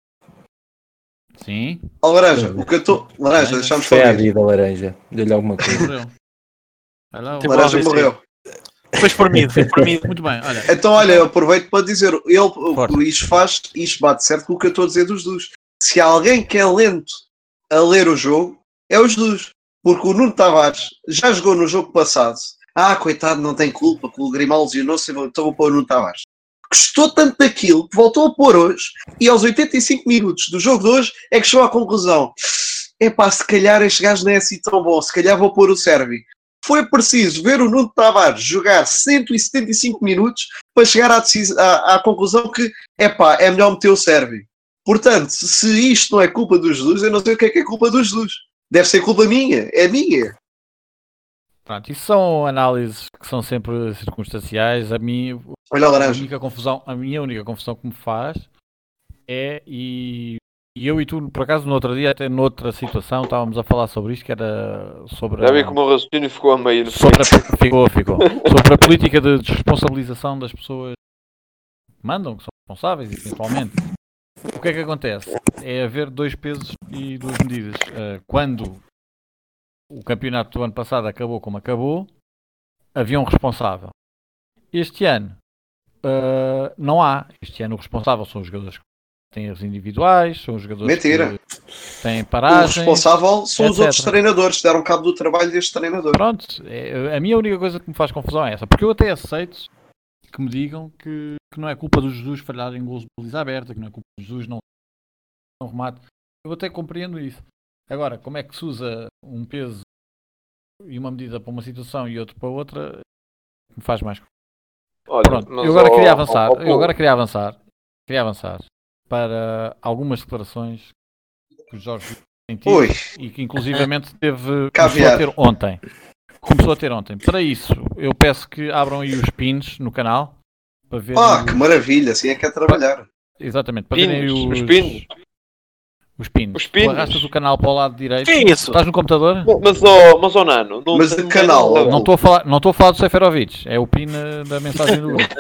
Sim. Laranja, o que eu estou. Laranja, deixa-me Foi à falar. vida, laranja. Dê-lhe alguma coisa. Morreu. Olha lá, Teve Laranja AVC. morreu. Foi espremido. muito bem, olha. Então, olha, eu aproveito para dizer, Força. isto bate certo com o que eu estou a dizer dos Jesus. Se há alguém que é lento a ler o jogo, é o Jesus. Porque o Nuno Tavares já jogou no jogo passado. Coitado, não tem culpa, que o Grimaldo lesionou-se, então vou pôr o Nuno Tavares. Gostou tanto daquilo que voltou a pôr hoje e aos 85 minutos do jogo de hoje é que chegou à conclusão: se calhar este gajo não é assim tão bom, se calhar vou pôr o Sérvio. Foi preciso ver o Nuno Tavares jogar 175 minutos para chegar à conclusão que é melhor meter o Sérvio. Portanto, se isto não é culpa do Jesus, eu não sei o que é culpa do Jesus. Deve ser culpa minha, é minha. Pronto, isso são análises que são sempre circunstanciais. Olha a laranja. A minha única confusão que me faz é, e eu e tu, por acaso, no outro dia, até noutra situação, estávamos a falar sobre isto, que era sobre... Já vi como o raciocínio ficou a meio. Ficou. Sobre a política de desresponsabilização das pessoas que mandam, que são responsáveis, eventualmente. O que é que acontece? É haver dois pesos e duas medidas. Quando o campeonato do ano passado acabou como acabou, havia um responsável. Este ano não há. Este ano o responsável são os jogadores que têm erros individuais, são os jogadores Mentira. que têm paragem. O responsável são os etc. outros treinadores que deram cabo do trabalho deste treinador. Pronto, a minha única coisa que me faz confusão é essa, porque eu até aceito que me digam que não é culpa do Jesus falhar em gols de baliza aberta, que não é culpa do Jesus não remate. Eu até compreendo isso. Agora, como é que se usa um peso e uma medida para uma situação e outro para outra, me faz mais. Olha, pronto, eu agora queria avançar para algumas declarações que o Jorge tem tido e que inclusivamente começou a ter ontem. Para isso, eu peço que abram aí os pins no canal para ver. Que maravilha, assim é que é trabalhar. Exatamente, para verem os pins. Os pins. Os pins. Tu arrastas o canal para o lado direito. Que é isso? Estás no computador? Mas Nano. Mas de canal. Não estou a falar do Seferovic. É o pin da mensagem do grupo.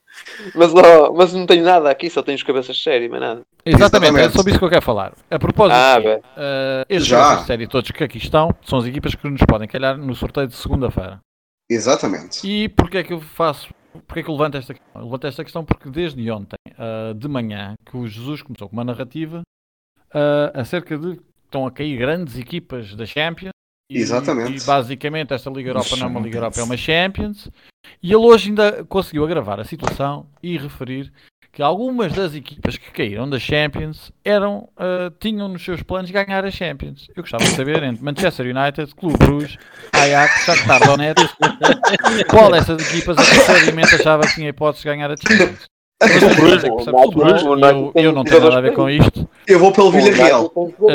Mas não tenho nada aqui, só tenho os cabeças de série, mas nada. Exatamente, é sobre isso que eu quero falar. A propósito, estes Já. cabeças de série todos que aqui estão são as equipas que nos podem calhar no sorteio de segunda-feira. Exatamente. E porquê é que eu faço? Porquê é que eu levanto esta questão? Eu levanto esta questão porque desde ontem, de manhã, que o Jesus começou com uma narrativa acerca de que estão a cair grandes equipas da Champions Exatamente. E basicamente esta Liga Europa não é uma Liga Europa, é uma Champions. E ele hoje ainda conseguiu agravar a situação e referir que algumas das equipas que caíram da Champions tinham nos seus planos ganhar a Champions. Eu gostava de saber entre Manchester United, Clube Bruges, Ajax, Shakhtar Donetsk, qual dessas equipas a que seriamente achava que tinha hipóteses de ganhar a Champions. Eu não tenho nada a ver com isto. Eu vou pelo Villarreal.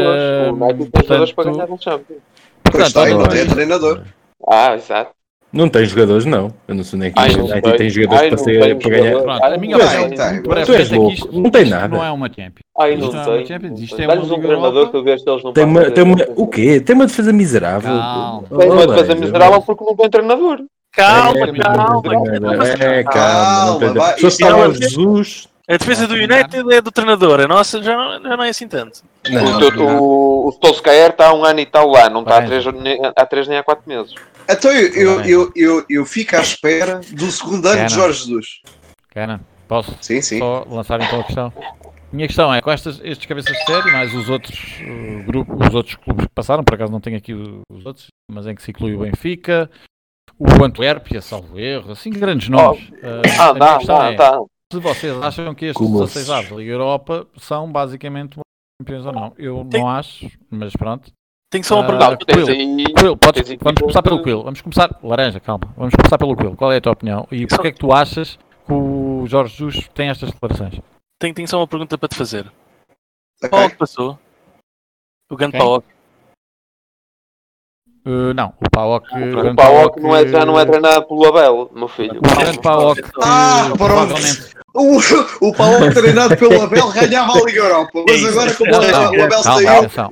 Pois está, e não tem treinador. Exato. Não tem jogadores, não. Eu não sei nem que tem jogadores para ganhar. Pronto, a minha opinião Tu és louco, não tem nada. Não é uma Champions. Isto não é uma Champions, isto é uma Liga Europa. O quê? Tem uma defesa miserável. Tem uma defesa miserável porque não tem treinador. Calma. Se fosse o Jesus... A defesa do United é do treinador, a nossa já não é assim tanto. O Solskjaer está há 1 ano e tal lá, não está há 3 nem há 4 meses. Então eu fico à espera do segundo ano de Jorge Jesus. Cana, posso sim. só lançar então a questão? Minha questão é, com estes cabeças de série, mais os outros grupos, os outros clubes que passaram, por acaso não tenho aqui os outros, mas em que se inclui o Benfica, o Antuérpia, salvo erro, assim grandes nomes. Se vocês acham que estes 16 avos da Liga Europa são basicamente campeões ou não. Eu não acho, mas pronto. Tenho só uma pergunta. Quill, vamos começar pelo Quill. Laranja, calma. Vamos começar pelo Quill. Qual é a tua opinião? E porquê é que tu achas que o Jorge Jesus tem estas declarações? Tenho só uma pergunta para te fazer. Qual é que passou? O grande PAOK? Não, o PAOK já não é treinado pelo Abel, meu filho. O grande PAOK provavelmente... O PAOK treinado pelo Abel ganhava a Liga Europa, mas agora como o Abel saiu...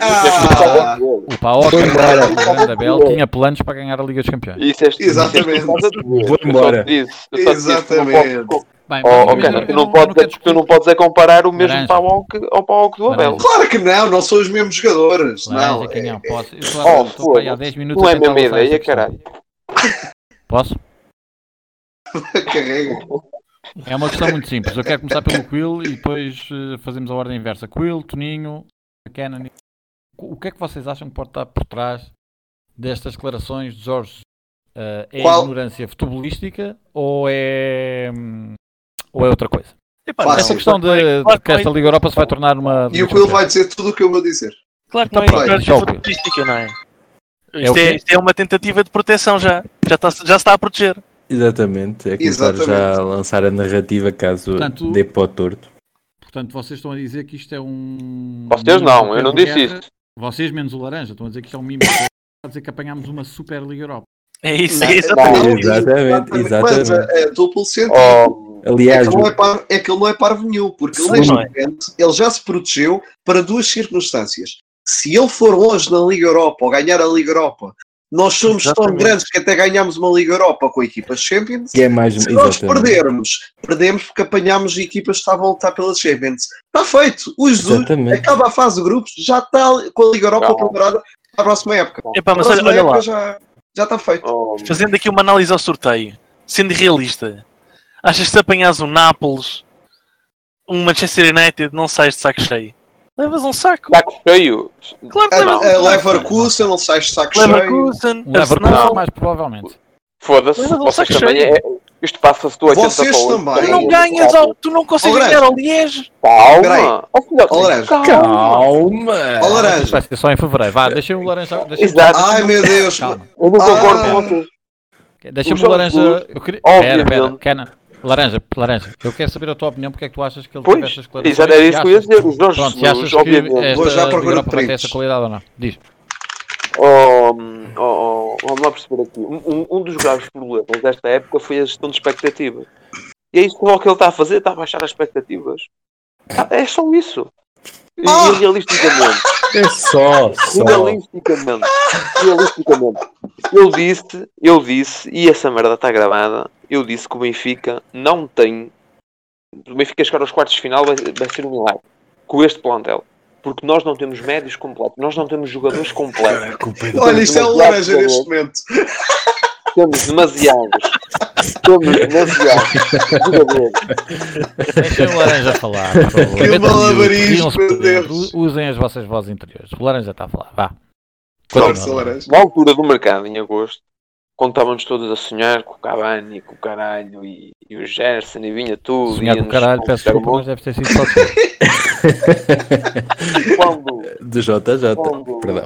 O PAOK, o grande Abel, tinha planos para ganhar a Liga dos Campeões. Exatamente. Vou embora. Exatamente. Bem, tu não podes comparar o mesmo PAOK ao PAOK do Abel. Claro que não são os mesmos jogadores. Não, estou há 10 minutos. Não é a mesma ideia, caralho. Posso? Carrega. É uma questão muito simples. Eu quero começar pelo Quill e depois fazemos a ordem inversa. Quill, Toninho, Kenan. O que é que vocês acham que pode estar por trás destas declarações de Jorge? É ignorância futebolística ou é outra coisa? Essa questão de que esta Liga Europa se vai tornar uma... E o Quill vai dizer tudo o que eu vou dizer. Claro que não é ignorância futebolística, não é? Isto é uma tentativa de proteção já. Já se está a proteger. Exatamente. É começar já a lançar a narrativa caso dê para o torto. Portanto, vocês estão a dizer que isto é um... Vocês não, eu não disse isso. Vocês menos o Laranja estão a dizer que isto é um mimo. Estão a dizer que apanhámos uma Super Liga Europa. É isso, exatamente. Mas é duplo sentido. Aliás, é que ele não é parvo nenhum, porque ele já se protegeu para 2 circunstâncias. Se ele for longe na Liga Europa ou ganhar a Liga Europa, nós somos tão grandes que até ganhamos uma Liga Europa com equipas Champions. Que é mais, se nós perdemos porque apanhámos equipas que estavam a lutar pelas Champions. Está feito. O Jesus acaba a fase de grupos, já está com a Liga Europa preparada para a próxima época. Mas olha lá. Já está feito. Fazendo aqui uma análise ao sorteio, sendo realista, achas que se apanhas um Nápoles, um Manchester United, não sais de saco cheio? Levas um saco. Saco cheio? Claro que não. Leverkusen, não sais de saco cheio. Leverkusen, mais provavelmente. Foda-se, vocês também isto passa-se do 80 vocês também. Tu não ganhas, tu não consegues ganhar ao Liège. Calma. Calma. Laranja. Vai ser só em fevereiro. Vá, deixa o Laranja. Ai meu Deus. Calma. Eu não concordo com vocês. Deixa-me o Laranja. Espera. Laranja, eu quero saber a tua opinião, porque é que tu achas que ele teve estas declarações? Exato, era isso que eu ia dizer. Os Jorge Jesus, achas que esta Liga Europa vai ter essa qualidade ou não? Diz. Vamos lá perceber aqui. Um dos graves problemas desta época foi a gestão de expectativas. E é isso que ele está a fazer, está a baixar as expectativas. É só isso. E realisticamente. É só. Realisticamente. Eu disse, e essa merda está gravada, eu disse que o Benfica não tem... O Benfica chegar aos quartos de final vai ser um milagre. Com este plantel. Porque nós não temos médios completos. Nós não temos jogadores completos. Olha, isto é o Laranja neste momento. Temos demasiados jogadores. Deixem o Laranja falar. Que malabarismo, meu Deus. Usem as vossas vozes interiores. O Laranja está a falar. Vá. Força, laranja. Na altura do mercado, em agosto, quando estávamos todos a sonhar com o Cavani, com o caralho e o Gerson e vinha tudo. Sonhar com o caralho, peço desculpa, mas deve ter sido só tu. Do JJ, perdão.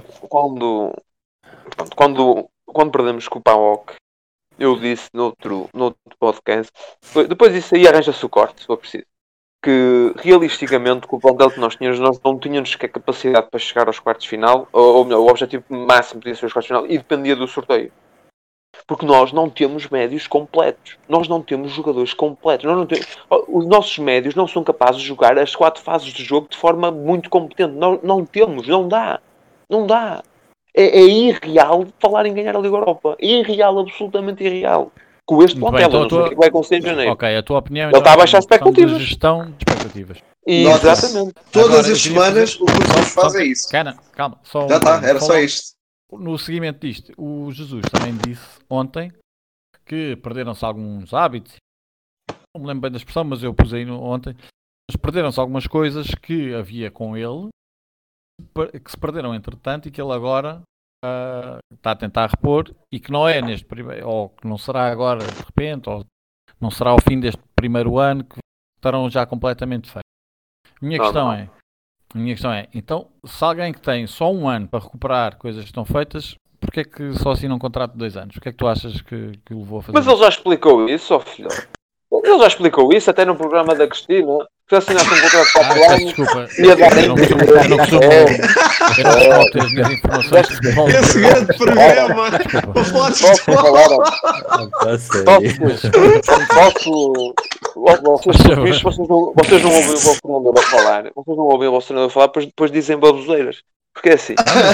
Quando perdemos com o PAOK, eu disse noutro podcast, depois disso aí arranja-se o corte, se for preciso, que realisticamente com o plantel que nós tínhamos, nós não tínhamos sequer capacidade para chegar aos quartos de final, ou melhor, o objetivo máximo podia ser os quartos de final, e dependia do sorteio. Porque nós não temos médios completos. Nós não temos jogadores completos. Os nossos médios não são capazes de jogar as 4 fases de jogo de forma muito competente. Não temos. Não dá. Não dá. É irreal falar em ganhar a Liga Europa. É irreal, absolutamente irreal. Com este plantel, então não sei o que vai acontecer em janeiro. Ok, a tua opinião Ele está a baixar expectativas. Gestão de expectativas. Exatamente. Todas Agora, as semanas o que Jesus faz é isso. Calma. Já está, era só isto. No seguimento disto, o Jesus também disse ontem que perderam-se alguns hábitos. Não me lembro bem da expressão, mas eu pus aí ontem. Mas perderam-se algumas coisas que havia com ele, que se perderam entretanto e que ele agora está a tentar repor e que não é neste primeiro, ou que não será agora de repente, ou não será ao fim deste primeiro ano, que estarão já completamente feitos. Minha questão é, então, se alguém que tem só um ano para recuperar coisas que estão feitas, porquê é que só assina um contrato de 2 anos? O que é que tu achas que o levou a fazer? Mas ele já explicou isso, ó filho. Ele já explicou isso até no programa da Cristina. Se assinasse um contrato de 4 anos, desculpa. ia dar Eu não costumo ter as minhas informações. Esse grande programa para falar de Vocês não ouvem o vosso treinador a falar. Vocês não ouvem o vosso treinador a falar, depois dizem baboseiras. Porque é assim.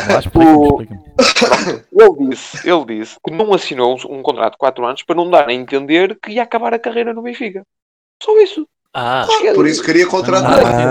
Ele disse que não assinou um contrato de 4 anos para não dar a entender que ia acabar a carreira no Benfica. Só isso. Por isso queria contrato.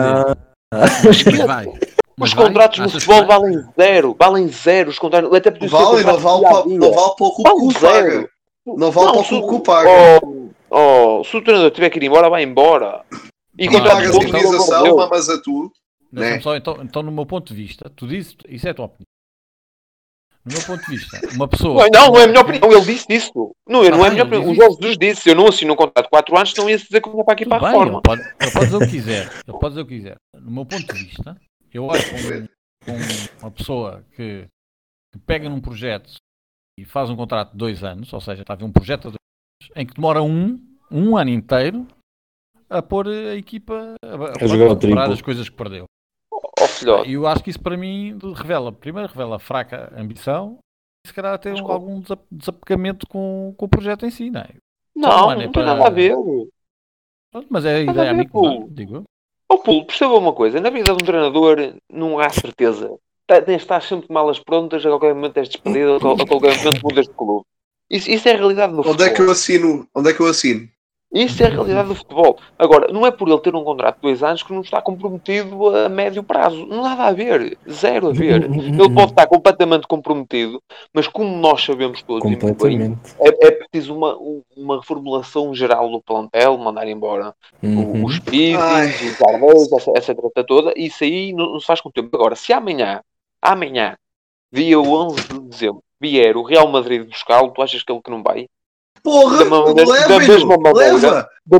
Os contratos no futebol valem zero. Os contratos, até não vale para o que o clube paga. Não vale para o que o clube paga. Se o treinador tiver que ir embora, vai embora. E pagas a indenização, mamas a tu. Então, no meu ponto de vista, tu dizes, isso é a tua opinião. No meu ponto de vista, uma pessoa... Não é a minha opinião, ele disse isso. Não é a minha opinião. O Jorge Jesus disse, eu não assino um contrato de 4 anos, não ia dizer que eu vinha para aqui para a reforma. Ele pode dizer o que quiser. No meu ponto de vista, eu olho com uma pessoa que pega num projeto e faz um contrato de 2 anos, ou seja, está a ver um projeto de 2 anos, em que demora um ano inteiro a pôr a equipa a recuperar as coisas que perdeu. E eu acho que isso para mim revela fraca ambição e se calhar até algum desapegamento com o projeto em si, não é? Não tem nada a ver. Mas é a ideia a mim que digo eu. Pulo, perceba uma coisa, na vida de um treinador não há certeza. Tens de estar sempre de malas prontas, a qualquer momento és despedido, a qualquer momento mudas de clube. Isso é a realidade do futebol. Onde é que eu assino? Isso é a realidade do futebol. Agora, não é por ele ter um contrato de 2 anos que não está comprometido a médio prazo. Não há nada a ver. Zero a ver. Ele pode estar completamente comprometido, mas como nós sabemos todos, bem, é preciso uma reformulação geral do plantel, mandar embora os Pires, os Arneiros, essa trata toda. Isso aí não se faz com o tempo. Agora, se amanhã, dia 11 de dezembro, vier o Real Madrid buscá-lo, tu achas que ele que não vai? Porra, leva! Da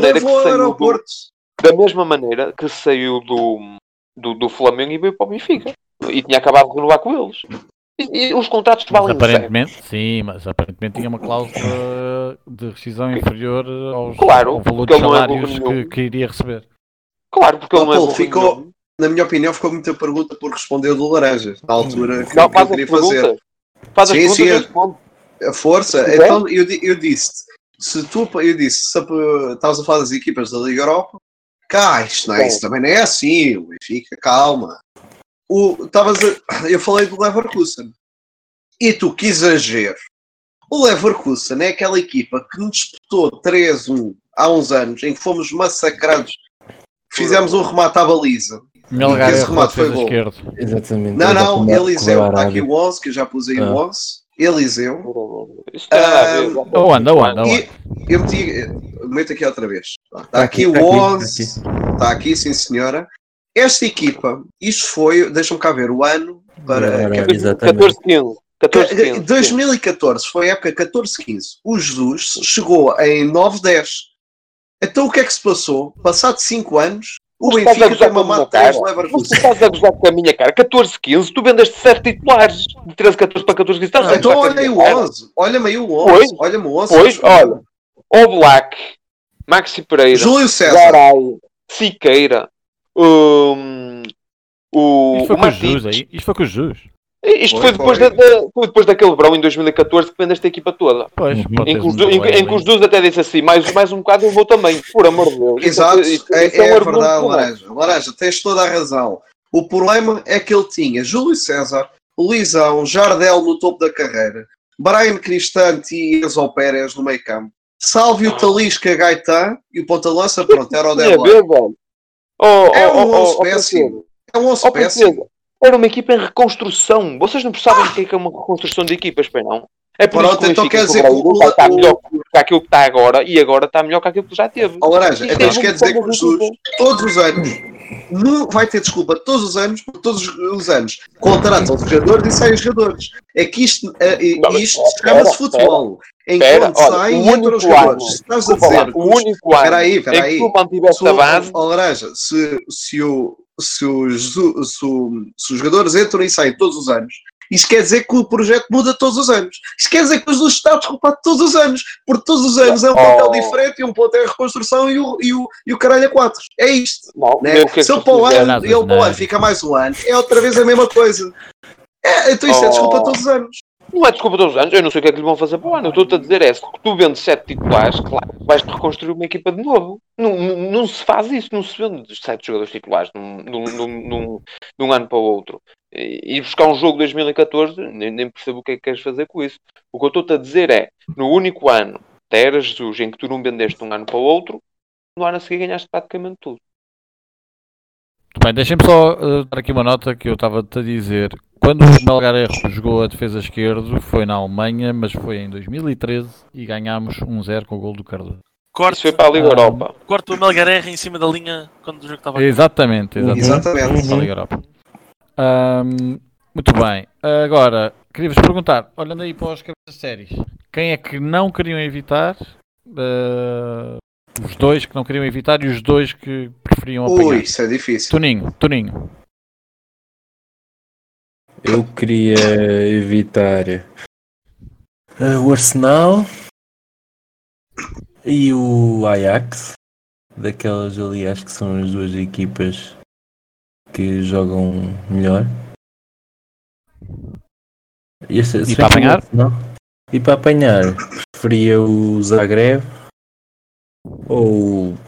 mesma maneira que saiu do Flamengo e veio para o Benfica. E tinha acabado de renovar com eles. E os contratos valem aparentemente, sim, mas aparentemente tinha uma cláusula de rescisão inferior ao valor de salários que iria receber. Claro, porque ele não é ficou, na minha opinião, ficou muita pergunta por responder do Laranja, na altura que eu queria fazer. Faz as perguntas. A força, então eu disse, se estavas a falar das equipas da Liga Europa, isso também não é assim, o Benfica, calma. Eu falei do Leverkusen, e tu, que exagero. O Leverkusen é aquela equipa que nos disputou 3-1 há uns anos, em que fomos massacrados, fizemos um remate à baliza. Esse remate foi gol. Exatamente. Não, Eliseu, está aqui o 11, que eu já pus aí o 11. Eliseu. Anda. Eu meto aqui outra vez. Está aqui o 11. Está aqui, sim senhora. Esta equipa, isto foi, deixa-me cá ver, o ano para... Exatamente. 14-15. 2014, foi a época 14-15. O Jesus chegou em 9-10. Então o que é que se passou? Passado 5 anos, o Benfica tem uma mata 3 Tu Leverkusen. estás a gozar com a minha cara. 14-15, tu vendeste 7 titulares. De 13-14 para 14-15. Então olha aí o 11. Olha-me aí o 11. Pois. Olha-me o 11. Pois, olha. Oblak, Maxi Pereira, Júlio César. Garay, Siqueira, o Isto foi com o Matic. Jesus aí. Isto foi com o Jesus. Isto foi depois, foi depois daquele verão em 2014 que vendeste a equipa toda. Pois, pode Em ter que os sido em que os dois até disse assim, mais um bocado eu vou também, por amor de Deus. Exato, Isso é um argumento verdade, bom. Laranja. Laranja, tens toda a razão. O problema é que ele tinha Júlio César, Luizão, Jardel no topo da carreira, Brian Cristante e Enzo Pérez no meio campo, Sálvio Talisca, Gaetan e o ponta-lança, pronto, era o Tinha a Débora. ver, velho. É um 11 péssimo. É um 11 péssimo. Era uma equipa em reconstrução. Vocês não sabem o que é uma reconstrução de equipas, pai, não? É por isso Pronto, que o então Benfica quer dizer em fevereiro que está melhor que aquilo que está agora e agora está melhor que aquilo que já teve. Ó, Laranja, Isto então é quer dizer que o evolução Jesus, todos os anos, não vai ter desculpa todos os anos, porque todos os anos contratam os jogadores e saem os jogadores. É que isto chama-se futebol. Enquanto saem e entram os jogadores. Se estás a dizer... O único ano Espera em que aí. tu mantiveste a base... Ó, Laranja, se os jogadores entram e saem todos os anos, isso quer dizer que o projeto muda todos os anos. Isso quer dizer que o Jesus está desculpado todos os anos, porque todos os anos é um plantel diferente e um plantel em reconstrução e o caralho a 4. É isto. Não, Né? Se ele para o ano, nada, ele para o ano fica mais um ano, é outra vez a mesma coisa. Então isso é desculpa todos os anos. Não é desculpa todos os anos, eu não sei o que é que lhe vão fazer para o ano. Eu estou-te a dizer se tu vendes 7 titulares, claro, vais-te reconstruir uma equipa de novo. Não se faz isso, não se vende 7 jogadores titulares de um ano para o outro. E buscar um jogo de 2014, nem percebo o que é que queres fazer com isso. O que eu estou-te a dizer é, no único ano da Era Jesus em que tu não vendeste de um ano para o outro, no ano a seguir ganhaste praticamente tudo. Bem, deixem-me só dar aqui uma nota que eu estava-te a dizer. Quando o Melgarejo jogou a defesa esquerdo, foi na Alemanha, mas foi em 2013 e ganhámos 1-0 com o gol do Cardoso. Isso foi para a Liga Europa. Corta o Melgarejo em cima da linha quando o jogo estava... Exatamente. Uhum. Para a Liga Europa. Muito bem. Agora, queria-vos perguntar, olhando aí para os cabeças de séries, quem é que não queriam evitar? Os dois que não queriam evitar e os dois que preferiam apanhar. Ui, isso é difícil. Toninho. Eu queria evitar o Arsenal e o Ajax. Daquelas ali, acho que são as duas equipas que jogam melhor. E para apanhar? E para apanhar, preferia o Zagreb ou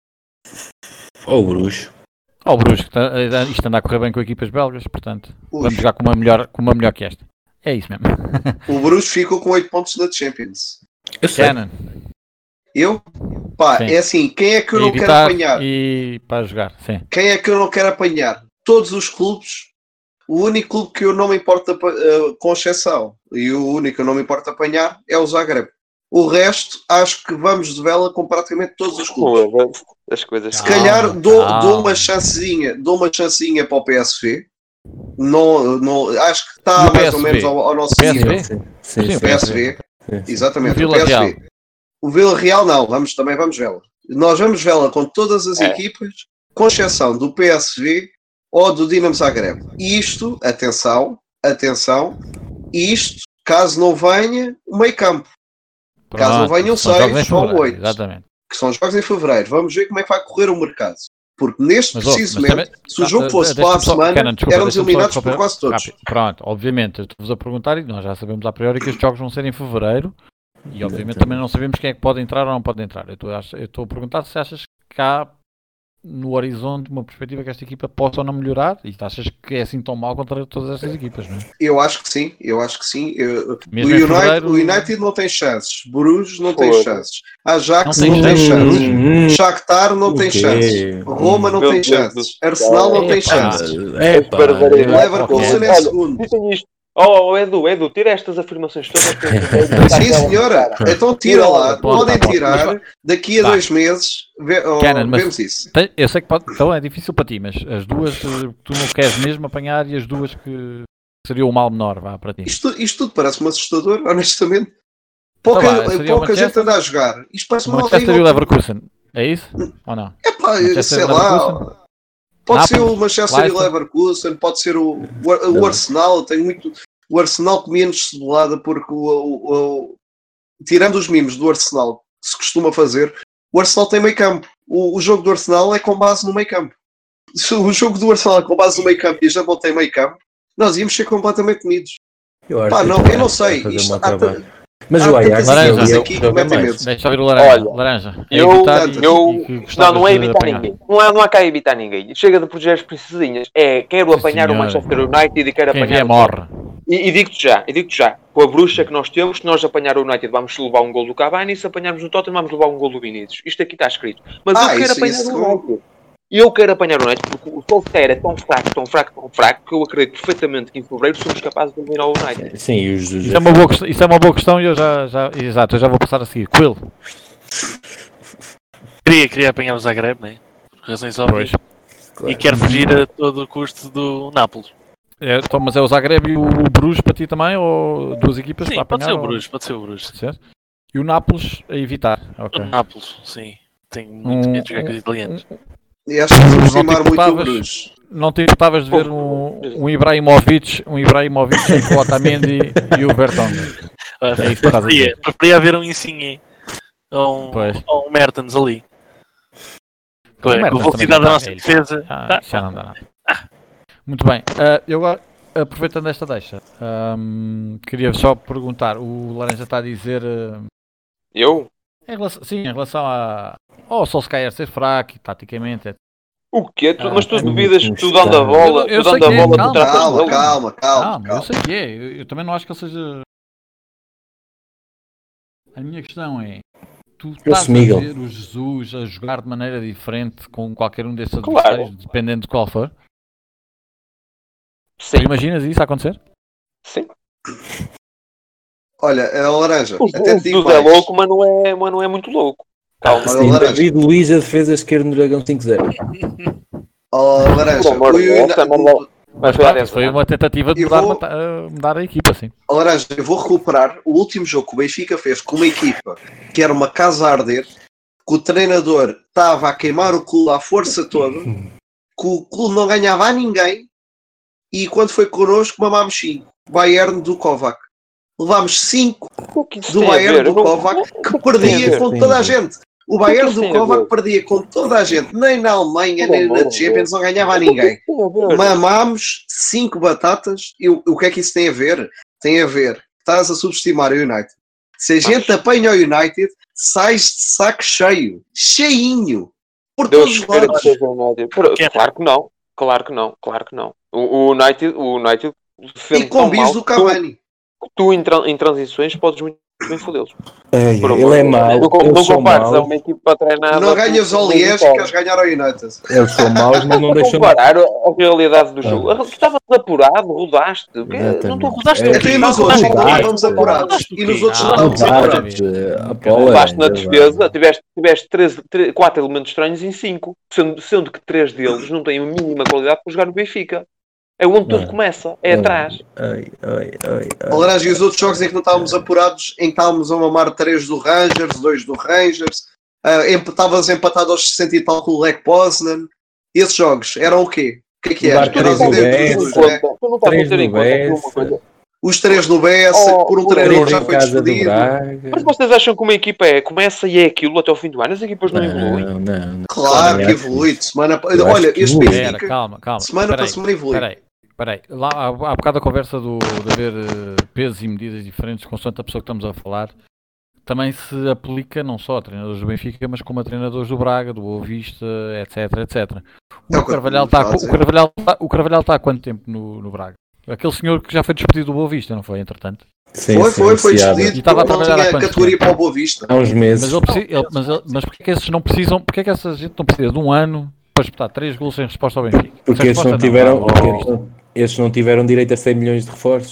o Bruges. O Bruges, isto anda a correr bem com equipas belgas, portanto, Ui. vamos jogar com uma melhor que esta. É isso mesmo. O Bruges ficou com 8 pontos da Champions. Eu sei. Cannon. Eu? Pá, Sim. é assim, quem é que eu não quero Evitar apanhar? e para jogar, sim. Quem é que eu não quero apanhar? Todos os clubes. O único clube que eu não me importo, com exceção, e o único que eu não me importo apanhar é o Zagreb. O resto, acho que vamos de vela com praticamente todos os clubes. As coisas. Se calhar dou uma chancezinha para o PSV. Não, acho que está E o mais ou PSV? menos ao nosso PSV? nível. Sim. O PSV. Sim. Exatamente. O Vila Real. O Vila Real não, também vamos vela. Nós vamos vela com todas as equipas, com exceção do PSV ou do Dinamo Zagreb. E isto, atenção, isto, caso não venha o meio campo. Caso não venham 6 ou 8. Exatamente. Que são jogos em fevereiro. Vamos ver como é que vai correr o mercado. Porque neste preciso momento, se o jogo fosse para a semana, éramos eliminados por quase todos. Pronto, obviamente, eu estou-vos a perguntar e nós já sabemos a priori que estes jogos vão ser em fevereiro e obviamente também não sabemos quem é que pode entrar ou não pode entrar. Eu estou a perguntar se achas que há no horizonte uma perspectiva que esta equipa possa ou não melhorar e achas que é assim tão mal contra todas estas equipas, não é? Eu acho que sim. O United não tem chances. Bruges não tem chances. Ajax não tem chances. Shakhtar não tem chances. Roma não tem chances. Arsenal não tem chances. Leverkusen é segundo. Edu, tira estas afirmações todas. Sim, senhora. Então tira lá. Podem tirar. Daqui a 2 meses vemos isso. Eu sei que então é difícil para ti, mas as duas tu não queres mesmo apanhar e as duas que seria o mal menor, vá, para ti. Isto tudo parece-me assustador, honestamente. Pouca gente anda a jogar. Isto parece-me Manchester e o Leverkusen. É isso? Ou não? Sei lá. Pode ser o Manchester e o Leverkusen, pode ser o Arsenal. Tem muito. O Arsenal comia-nos cebolada porque tirando os mimos do Arsenal que se costuma fazer, o Arsenal tem meio campo. O jogo do Arsenal é com base no meio campo. Se o jogo do Arsenal é com base no meio campo e a gente não tem meio campo, nós íamos ser completamente comidos. Eu não sei. Mas o Ajax deixa eu ver o Laranja. Não é evitar ninguém. Não há cá evitar ninguém. Chega de projetos precisinhas. Quero apanhar o Manchester United e quero apanhar morre. E digo-te já, com a bruxa que nós temos, se nós apanhar o United vamos levar um gol do Cavani, e se apanharmos o Tottenham vamos levar um gol do Vinícius. Isto aqui está escrito. Mas eu quero apanhar o United. Eu quero apanhar o United porque o Solskjaer é tão fraco que eu acredito perfeitamente que em fevereiro somos capazes de eliminar o United. Sim, isso é uma boa questão e eu já vou passar a seguir. Quill. Queria apanhar o Zagreb, né? Por razões óbvias. Claro. E quero fugir a todo o custo do Nápoles. Mas é o Zagreb e o Bruges para ti também? Ou duas equipas para apanhar? Pode ser o Bruges. Certo? E o Nápoles a evitar? Okay. O Nápoles, sim. Tenho muito medo de jogar com os italianos. E acho que aproximar muito o Bruges. Não te importavas de ver um Ibrahimovic com o Otamendi e o Vertonghen? Preferia haver um Insigne ou um Mertens ali. Com a velocidade da nossa defesa. Já não dá nada. Muito bem. Eu aproveitando esta deixa, queria só perguntar, o Laranja está a dizer... Eu? Em relação ao Solskjaer ser fraco, taticamente... O quê? Mas tu duvidas que tu dando a bola, calma. Eu sei que é. Eu também não acho que ele seja... A minha questão é... Tu estás a ver o Jesus a jogar de maneira diferente com qualquer um desses adversários, dependendo de qual for? Sim. Tu imaginas isso a acontecer? Sim. Olha, a Laranja, até te digo mais. É louco, mas não é muito louco. Calma. Sim, David Luiz a defesa esquerda no Dragão 5-0. Laranja, mas foi uma tentativa de mudar a equipa, sim. Laranja, eu vou recuperar o último jogo que o Benfica fez com uma equipa que era uma casa a arder, que o treinador estava a queimar o clube à força toda, que o clube não ganhava a ninguém, e quando foi connosco mamámos 5. Bayern do Kovac. Levámos 5 do Bayern do Kovac, que perdia com toda a gente. O Bayern do Kovac perdia com toda a gente. Nem na Alemanha, nem na Champions, não ganhava a ninguém. Mamámos 5 batatas. E o que é que isso tem a ver? Tem a ver que estás a subestimar o United. Se a gente apanha o United, sais de saco cheio. Cheinho. Por todos os lados. Claro que não. O United e com bis do Cavani. Tu em transições podes muito bem fodê-los. Ele é mau. Não compares a uma equipa treinada. Não ganhas ao Liège e queres ganhar ao United. Eles são maus, mas não deixam comparar a realidade do jogo. Tu estavas apurado, rodaste. Não tu rodaste. E nos outros não estávamos apurados. E nos outros não estávamos apurados. Rodaste na defesa, tiveste 4 elementos estranhos em 5, sendo que 3 deles não têm a mínima qualidade para jogar no Benfica. É onde tudo começa, é atrás. Laranja, e os outros jogos em que não estávamos apurados, em que estávamos a mamar 3 do Rangers, 2 do Rangers, estavas empatado aos 60 e tal com o Lech Poznan. Esses jogos eram o quê? O que é que era? Tu não estás a ter em conta uma coisa. Os 3 no BS, por um treinador já foi despedido. Mas vocês acham que uma equipa começa e é aquilo até ao fim do ano? As equipas não evoluem? Não. Claro que evolui. Olha, este Benfica, calma. Semana para semana evolui. Espera aí. Lá, há bocado a conversa de haver pesos e medidas diferentes consoante a pessoa que estamos a falar. Também se aplica não só a treinadores do Benfica, mas como a treinadores do Braga, do Boa Vista, etc. O Carvalhal está há quanto tempo no Braga? Aquele senhor que já foi despedido do Boa Vista, não foi, entretanto? Sim, foi despedido. E estava a trabalhar a categoria para o Boa Vista. Há uns meses. Mas porquê que esses não precisam? Porquê que essa gente não precisa de um ano para disputar 3 golos sem resposta ao Benfica? Porque esses não tiveram direito a 100 milhões de reforços.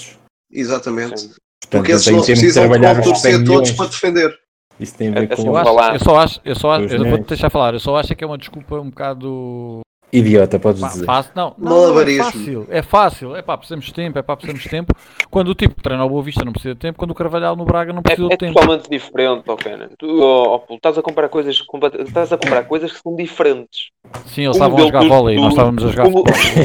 Exatamente. Sim. Porque Portanto, esses eu não tenho sempre de precisam trabalhar de os torcer 100 todos milhões. para defender. Isso tem a ver com Assim, Eu falar. vou-te deixar falar. Eu só acho que é uma desculpa um bocado idiota, podes dizer. fácil. Não, é Malabarismo. fácil. É pá, precisamos de tempo. Quando o tipo que treina o Boa Vista não precisa de tempo, quando o Carvalhal no Braga não precisa É de tempo. totalmente diferente, Kenan. Tu estás a comparar coisas que são diferentes. Sim, eles estavam a jogar vôlei e nós estávamos a jogar Não.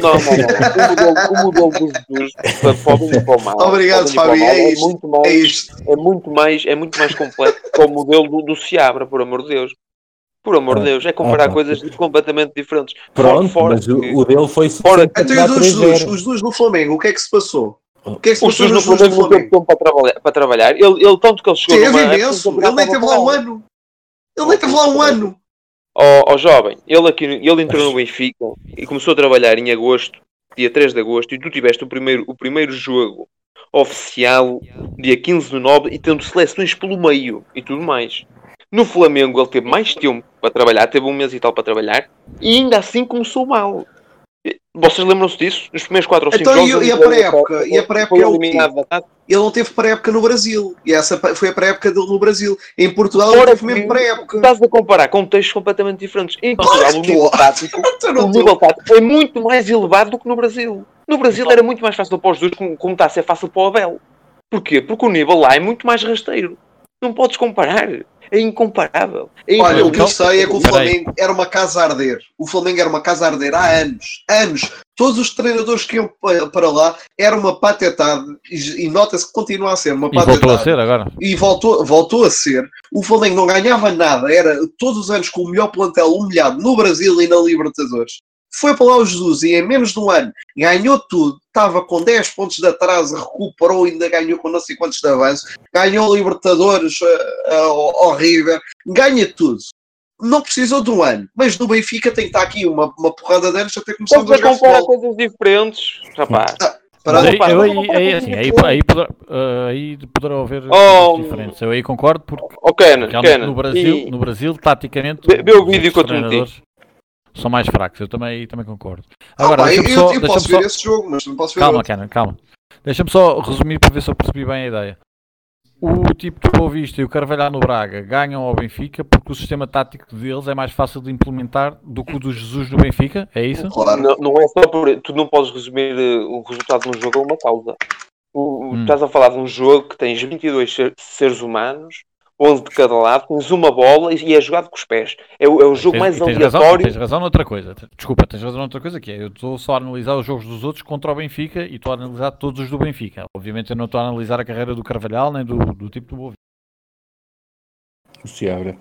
O modelo dos Jesus, para o bem e para o mal. Obrigado, para o bem e para o Fábio. mal, É isto. é muito mais complexo que o modelo do Seabra, por amor de Deus. Por amor de Deus, é comparar coisas completamente diferentes. Pronto, Fora mas que- o dele foi Fora- suficiente para Então, e dar o dos 3-0. os dois no Flamengo, o que é que se passou? O que é que se O passou Jesus nos no dois do Flamengo não teve Flamengo? tempo para trabalhar. Ele tanto que ele chegou Teve numa época imenso. que o Ele nem campeonato teve lá um estava ano. Ele nem teve lá um ano. Ó jovem, ele entrou no Benfica e começou a trabalhar em agosto, dia 3 de agosto, e tu tiveste o primeiro jogo oficial, dia 15/9, e tendo seleções pelo meio e tudo mais. No Flamengo ele teve mais tempo para trabalhar, teve um mês e tal para trabalhar, e ainda assim começou mal. Vocês lembram-se disso? Nos primeiros 4 ou 5 Então, jogos... e a pré-época? E a foi pré-época é o quê? eliminado da taça. Ele não teve pré-época no Brasil. E essa foi a pré-época dele no Brasil. Em Portugal ele Fora teve que mesmo pré-época. estás a comparar contextos completamente diferentes. Em Portugal, Claro o que nível estou. tático Eu o não nível estou. tático é muito mais elevado do que no Brasil. No Brasil era muito mais fácil para os dois, como está a ser fácil para o Abel. Porquê? Porque o nível lá é muito mais rasteiro. Não podes comparar. É incomparável. Olha, o que eu Então, sei é que o peraí. Flamengo era uma casa a arder. O Flamengo era uma casa a arder há anos. Anos. Todos os treinadores que iam para lá era uma patetada. E nota-se que continua a ser uma E patetada. voltou a ser agora. E voltou a ser. O Flamengo não ganhava nada. Era todos os anos com o melhor plantel humilhado no Brasil e na Libertadores. Foi para lá o Jesus e em menos de um ano ganhou tudo. Estava com 10 pontos de atraso, recuperou, ainda ganhou com não sei quantos de avanço. Ganhou Libertadores horrível. Ganha tudo. Não precisou de um ano. Mas no Benfica tem que estar aqui uma porrada de anos até começar a Estás a jogar comparar futebol. coisas diferentes, rapaz. Para Mas Para- aí poderá haver Oh. coisas diferentes. Eu aí concordo porque Kenan, realmente Kenan. no Brasil, taticamente, Vê o os vídeo que eu te treinadores são mais fracos. Eu também concordo. Agora, Agora, eu deixa-me posso só... ver esse jogo, mas não posso ver Calma, outro. Canon, calma. Deixa-me só resumir para ver se eu percebi bem a ideia. O tipo de Boa Vista e o Carvalhal no Braga ganham ao Benfica porque o sistema tático deles é mais fácil de implementar do que o do Jesus no Benfica? É isso? Claro. Não é só por... Tu não podes resumir o resultado de um jogo a uma causa. Estás a falar de um jogo que tens 22 seres humanos, 11 de cada lado, tens uma bola e é jogado com os pés. É o jogo mais aleatório. Tens razão noutra coisa. Desculpa, tens razão noutra coisa que é. Eu estou só a analisar os jogos dos outros contra o Benfica e estou a analisar todos os do Benfica. Obviamente eu não estou a analisar a carreira do Carvalhal nem do tipo do Boa Vista. O Seabra.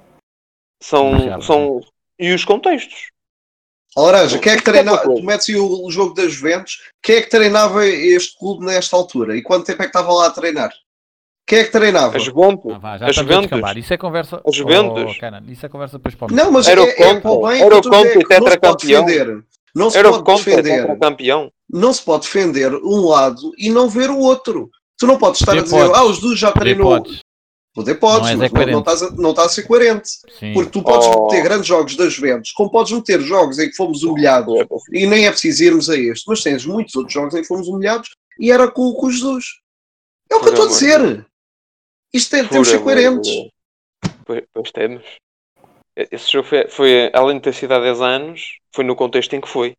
São... E os contextos. Laranja, quem é que treinava? Outra coisa. Tu metes aí o jogo das Juventus. Quem é que treinava este clube nesta altura? E quanto tempo é que estava lá a treinar? Quem é que treinava? A Juventus. Já A estamos a Juventus. descambar. Isso é conversa. A Juventus. Canon, isso é conversa depois para o Não, mas Era o é Conte. para o bem Era que o eu estou a dizer, Conte, que não se pode tetracampeão. defender. Não se Era o pode Conte, defender. campeão. Não se pode defender um lado e não ver o outro. Tu não podes estar a dizer, Podes. os dois já Poder treinou. podes. Poder podes, Não és mas coerente. não estás a ser coerente. Sim. Porque tu podes Oh. ter grandes jogos das Juventus, como podes meter jogos em que fomos humilhados, e nem é preciso irmos a este, mas tens muitos outros jogos em que fomos humilhados e era com o Jesus. É o que eu estou a dizer. Temos de ser coerentes. Pois temos. Esse jogo foi, além de ter sido há 10 anos, foi no contexto em que foi.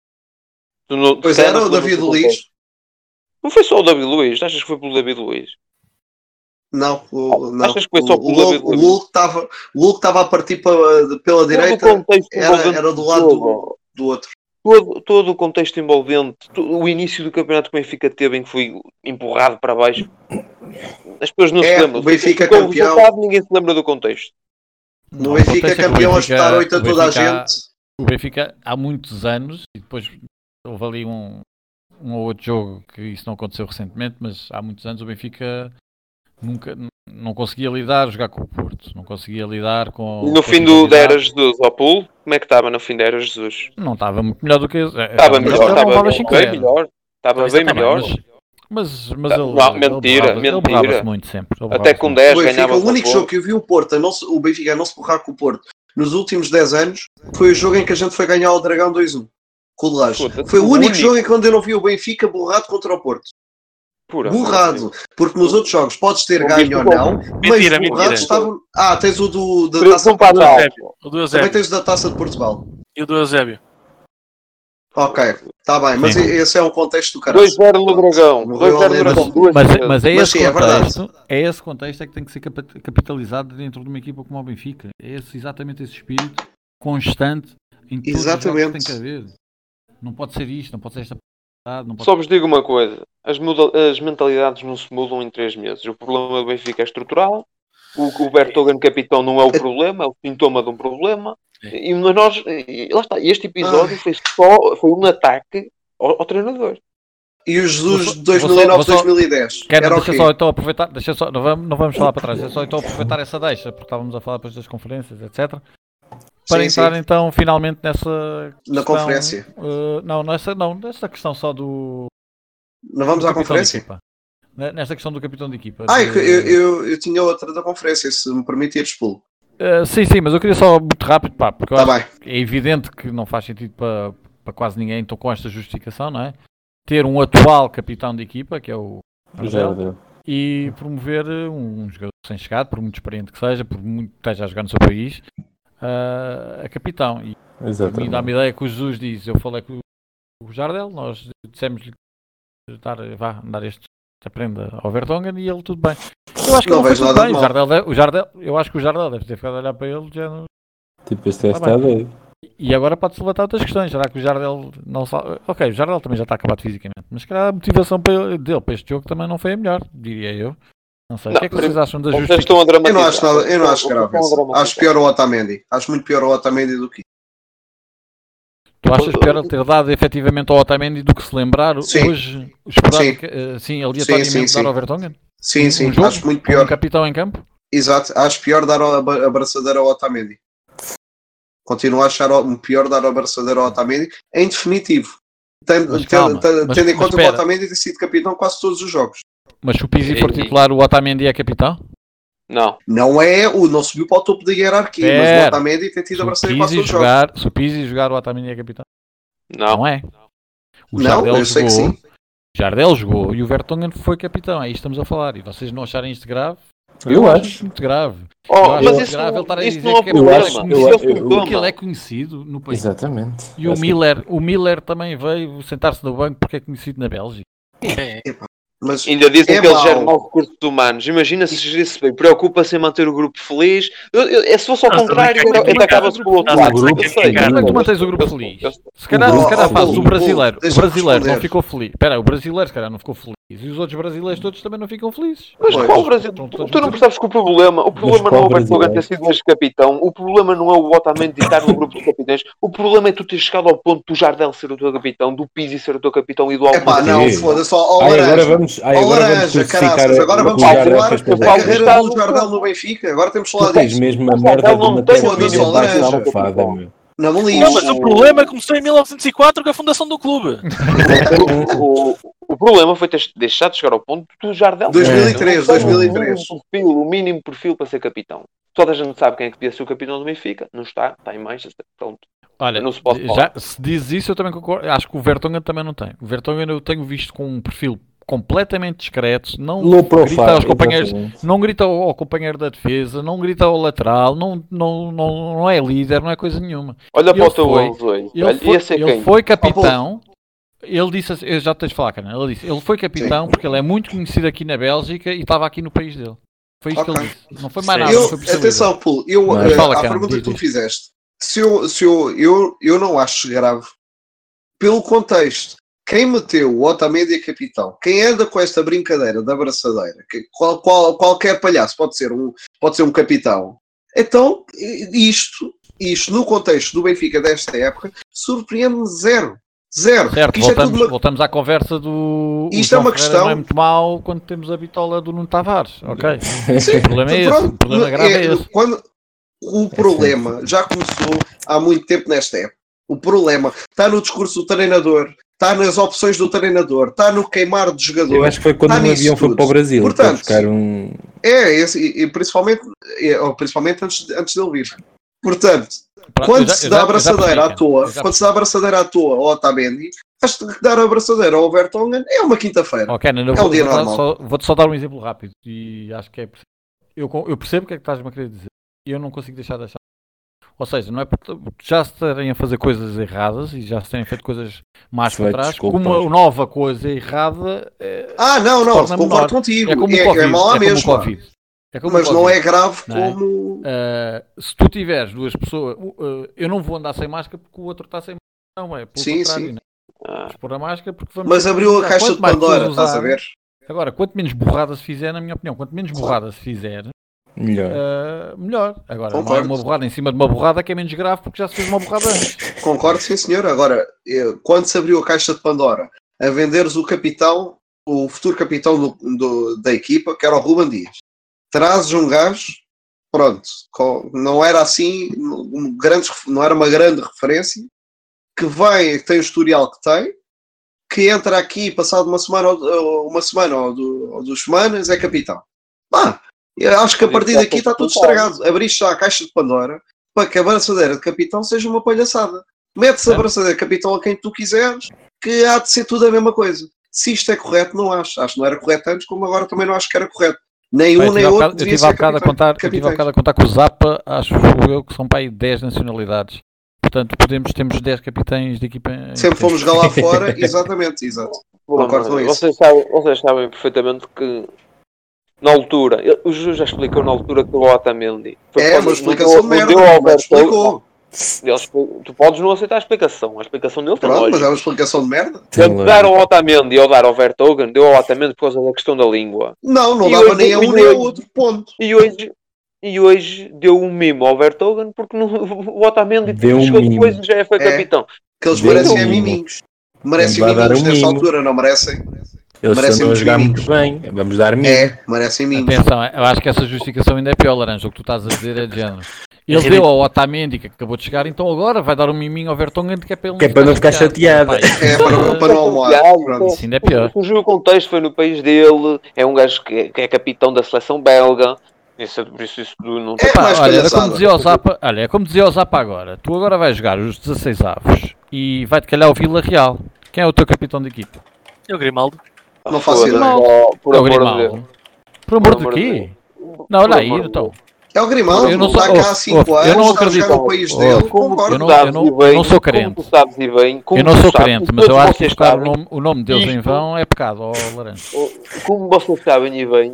Pois era o David Luiz. Não foi só o David Luiz, achas que foi pelo David Luiz? Não, não. Achas que foi só pelo David Luiz? O Hulk estava a partir pela direita, Todo o contexto era envolvente do lado do outro. Todo o contexto envolvente, o início do campeonato que o Benfica teve, em que foi empurrado para baixo, as pessoas não se lembram. O Benfica Com o campeão. resultado, ninguém se lembra do contexto. No Benfica campeão a espetar 8 a toda a gente. O Benfica há muitos anos, e depois houve ali um ou outro jogo que isso não aconteceu recentemente, mas há muitos anos o Benfica não conseguia jogar com o Porto, não conseguia lidar com... E no fim da Era Jesus, ao pulo, como é que estava no fim da Era Jesus? Não estava muito melhor do que... Estava melhor, estava bem melhor. Estava bem melhor. Mas Não, mentira. Ele borrava-se muito sempre. Até com 10 o ganhava. O único jogo que eu vi o Porto, o Benfica a não se borrar com o Porto nos últimos 10 anos, foi o jogo em que a gente foi ganhar o Dragão 2-1. Com o Laje. Foi o único jogo em que eu não vi o Benfica borrado contra o Porto. Borrado. Porque nos outros jogos podes ter ganho ou não, Mentira, mas borrados estavam... tens o da Três Taça de para a Portugal. O do Também Eusébio. tens o da Taça de Portugal. E o do Eusébio. Ok, está bem, mas Sim. esse é um contexto do caralho. 2-0 no Dragão. Morreu 2-0 no ali, Dragão. Mas é Mas esse sim, é verdade. contexto, é esse contexto é que tem que ser capitalizado dentro de uma equipa como o Benfica. É exatamente esse espírito constante em todos os jogos que Exatamente. tem que haver. Não pode ser isto, não pode ser esta não pode... Só vos digo uma coisa. As mentalidades não se mudam em 3 meses. O problema do Benfica é estrutural. O Vertonghen capitão não é o problema, é o sintoma de um problema. E nós, lá está, este episódio foi um ataque ao treinador. E o Jesus de Vou 2009, só- 2010. Quero, Era o deixa quê? só então aproveitar, não vamos falar para trás, deixa só então aproveitar essa deixa, porque estávamos a falar depois das conferências, etc. Para Sim, entrar sim. então finalmente nessa questão, Na conferência. nessa questão só do Não vamos do à capitão de conferência? equipa. Nesta questão do capitão de equipa. Eu tinha outra da conferência, se me permitires, pulo. Sim, mas eu queria só muito rápido, porque eu Está acho bem. que é evidente que não faz sentido para quase ninguém, então com esta justificação, não é? Ter um atual capitão de equipa, que é o Jardel, e promover um jogador recém-chegado, por muito experiente que seja, por muito que esteja a jogar no seu país, a capitão. E a mim dá-me ideia que o Jesus diz, eu falei com o Jardel, nós dissemos-lhe dar esta prenda ao Vertonghen e ele tudo bem. Eu acho que Não ele foi vejo tudo nada bem. de O Jardel, eu acho que o Jardel deve ter ficado a olhar para ele já no... Tipo, este é Tá bem. doido. E agora pode-se levantar outras questões. Será que o Jardel não sabe? Ok, o Jardel também já está acabado fisicamente, mas se calhar a motivação dele para este jogo também não foi a melhor, diria eu. Não sei. O que é que vocês acham da Vocês justiça? estão a Eu dramatizar. não acho nada, eu não acho grave. Vocês estão a Acho pior o Otamendi. Acho muito pior o Otamendi do que. Tu achas pior ele ter dado efetivamente ao Otamendi do que se lembrar Sim. hoje, aleatoriamente Sim. dar ao Vertonghen? Sim, sim, jogo? acho muito Com um pior. capitão em campo? Exato, acho pior dar a abraçadeira ao Otamendi. Continuo a achar pior dar a abraçadeira ao Otamendi, em definitivo. Mas calma, Tendo em conta que o espera. Otamendi tem sido capitão quase todos os jogos. Mas se o Pizzi for titular, o Otamendi é capitão? Não. Não subiu para o topo da hierarquia, mas o Otamendi tem tido Se a o abraçadeira quase todos os jogos. Se o Pizzi jogar, o Otamendi é capitão? Não. Não é? O Não, Jardel eu sei que sim. Jardel jogou e o Vertonghen foi capitão. Aí estamos a falar. E vocês não acharem isto grave? Eu acho. muito grave. Oh, Eu acho mas muito isso grave ele não, estar a isso dizer não é que é problema. eu acho- Isso eu- é eu- sintoma. Porque ele é conhecido no país. Exatamente. E o Miller também veio sentar-se no banco porque é conhecido na Bélgica. Mas Ainda dizem é que ele mau. gera mal recursos humanos. Imagina se gerisse bem. Preocupa-se em manter o grupo feliz. Se fosse ao Não, contrário, também ainda acaba-se pelo outro Não, lado. o grupo Eu sei. feliz. Como é que tu mantens o Eu grupo sei. feliz? Eu sei. Se calhar fazes o brasileiro. O deixa-me brasileiro não responder. ficou feliz. Espera, o brasileiro se calhar não ficou feliz. E os outros brasileiros todos também não ficam felizes. Mas Pois. qual Brasil? Estão todos Tu não muito- percebes que o problema não qual é o Vertonghen brasileiro? ter sido hoje capitão. O problema não é o Otamendi estar no grupo de capitães. O problema é tu ter chegado ao ponto do Jardel ser o teu capitão, do Pizzi ser o teu capitão e do Epá, Almeida. não, Sim. foda-se, ó Agora laranja. vamos Ó laranja, crucificar caraças, agora vamos o Jardel falar fez da coisas Paulo carreira Gustavo. do Jardel no Benfica. Agora temos de Tu falar tens disso. mesmo a Mas merda Jardel de não uma tem o terapia mínimo debaixo da laranja. almofada, meu. Não me Não, mas lixo. o problema começou em 1904 com a fundação do clube. O problema foi ter deixado de chegar ao ponto do Jardel. 2003, Não tem 2003. o mínimo perfil para ser capitão. Toda a gente sabe quem é que devia ser o capitão do Benfica. Não está em Manchester. Pronto. Olha, Não se pode já, falar. se diz isso eu também concordo. Acho que o Vertonghen também não tem. O Vertonghen eu tenho visto com um perfil completamente discreto, não Low grita profile. aos companheiros, exatamente. não grita ao companheiro da defesa, não grita ao lateral, não é líder, não é coisa nenhuma. Olha para Ele o teu foi- 11 hoje. Ele Olha, foi, ia ser ele quem? foi capitão. Ele disse assim, eu já tens de falar, cara. Ele disse, ele foi capitão porque ele é muito conhecido aqui na Bélgica e estava aqui no país dele. Foi isto que ele disse. Não foi mais nada. não foi por ser Atenção, Pulo, Mas fala, a Cano, pergunta diz, que tu diz. fizeste, eu não acho grave pelo contexto. Quem meteu o Otamendi a capitão, quem anda com esta brincadeira da abraçadeira, qualquer palhaço pode ser um capitão. Então, isto no contexto do Benfica desta época, surpreende-me zero. Certo, Isto é tudo uma- voltamos à conversa do. Isto é o uma João Ferreira questão- Não é muito mau quando temos a bitola do Nuno Tavares. Ok. Sim, O problema é esse. pronto, O problema grave é esse. O problema já começou há muito tempo nesta época. O problema está no discurso do treinador, está nas opções do treinador, está no queimar de Eu jogadores. acho que foi quando Está o nisso avião foi tudo. para o Brasil. Portanto, para buscar um. É, esse, e principalmente antes dele vir. Portanto, quando se dá a abraçadeira à toa, ao Otamendi, acho que dar a abraçadeira ao Vertonghen é uma quinta-feira. Ok, não, É um dia normal. Vou-te só dar um exemplo rápido. E acho que é. Eu percebo o que é que estás-me a querer dizer. E eu não consigo deixar de achar. Ou seja, não é porque já se terem a fazer coisas erradas e já se terem feito coisas más para trás, como uma nova coisa errada. Não, concordo contigo. É como o Covid. É mal à mesma. Mas não é grave como. Se tu tiveres duas pessoas, eu não vou andar sem máscara porque o outro está sem máscara. Não, é pelo contrário. Sim. Vamos pôr a máscara porque vamos. Mas abriu a caixa de Pandora, estás a ver? Agora, quanto menos borrada se fizer, na minha opinião, quanto menos borrada se fizer, melhor. Agora, Concordo. não é uma borrada em cima de uma borrada que é menos grave porque já se fez uma borrada antes. Concordo, sim, senhor. Agora, quando se abriu a caixa de Pandora a venderes o capitão, o futuro capitão da equipa, que era o Ruben Dias, trazes um gajo, pronto, não era assim, não era uma grande referência, que tem o historial que tem, que entra aqui passado uma semana ou 2 semanas, é capitão. Eu acho que a partir daqui está tudo estragado. Abriste já a caixa de Pandora para que a abraçadeira de capitão seja uma palhaçada. Metes a abraçadeira de capitão a quem tu quiseres, que há de ser tudo a mesma coisa. Se isto é correto, não acho. Acho que não era correto antes, como agora também não acho que era correto. Nem um nem outro. Eu tive há bocado a contar com o Zapa, acho eu que são para aí 10 nacionalidades. Portanto, temos 10 capitães de equipa. Sempre fomos jogar lá fora, exatamente, exato. Concordo com isso. Vocês sabem perfeitamente que na altura, o Jesus já explicou na altura que o Otamendi uma explicação de merda, mas explicou. Tu podes não aceitar a explicação dele tem lógica. Mas é uma explicação de merda. Dar ao Otamendi ou dar ao Vertonghen, deu ao Otamendi por causa da questão da língua. Não dava nem a um nem ao outro ponto. E hoje deu um mimo ao Vertonghen porque o Otamendi chegou depois e já foi capitão. Que eles merecem miminhos. Merecem miminhos nesta altura, não merecem? Eles estão a jogar muito bem. Vamos dar mimos. Merecem mimos. Atenção, eu acho que essa justificação ainda é pior, Laranja. O que tu estás a dizer é de género. Ele deu ao Otamendi, que acabou de chegar, então agora vai dar um miminho ao Vertonghen, que é para ele que é para não ficar chateado. Para não amoar. Isso ainda é pior. Surgiu o contexto, foi no país dele, é um gajo que é capitão da seleção belga. Por isso não tem é como dizia o Zapa agora. Tu agora vais jogar os 16 avos e vai-te calhar o Vila Real. Quem é o teu capitão de equipa? É o Grimaldo. Não faço ideia. Por amor de Deus. Por amor de quê? Não, olha aí, então. É o Grimaldo, não está cá há 5 anos, eu não está a jogar no país dele. Eu não sou crente. Eu não sou crente, mas eu acho que buscar o nome de Deus em vão é pecado, ó Laranja. Como vocês sabem e bem,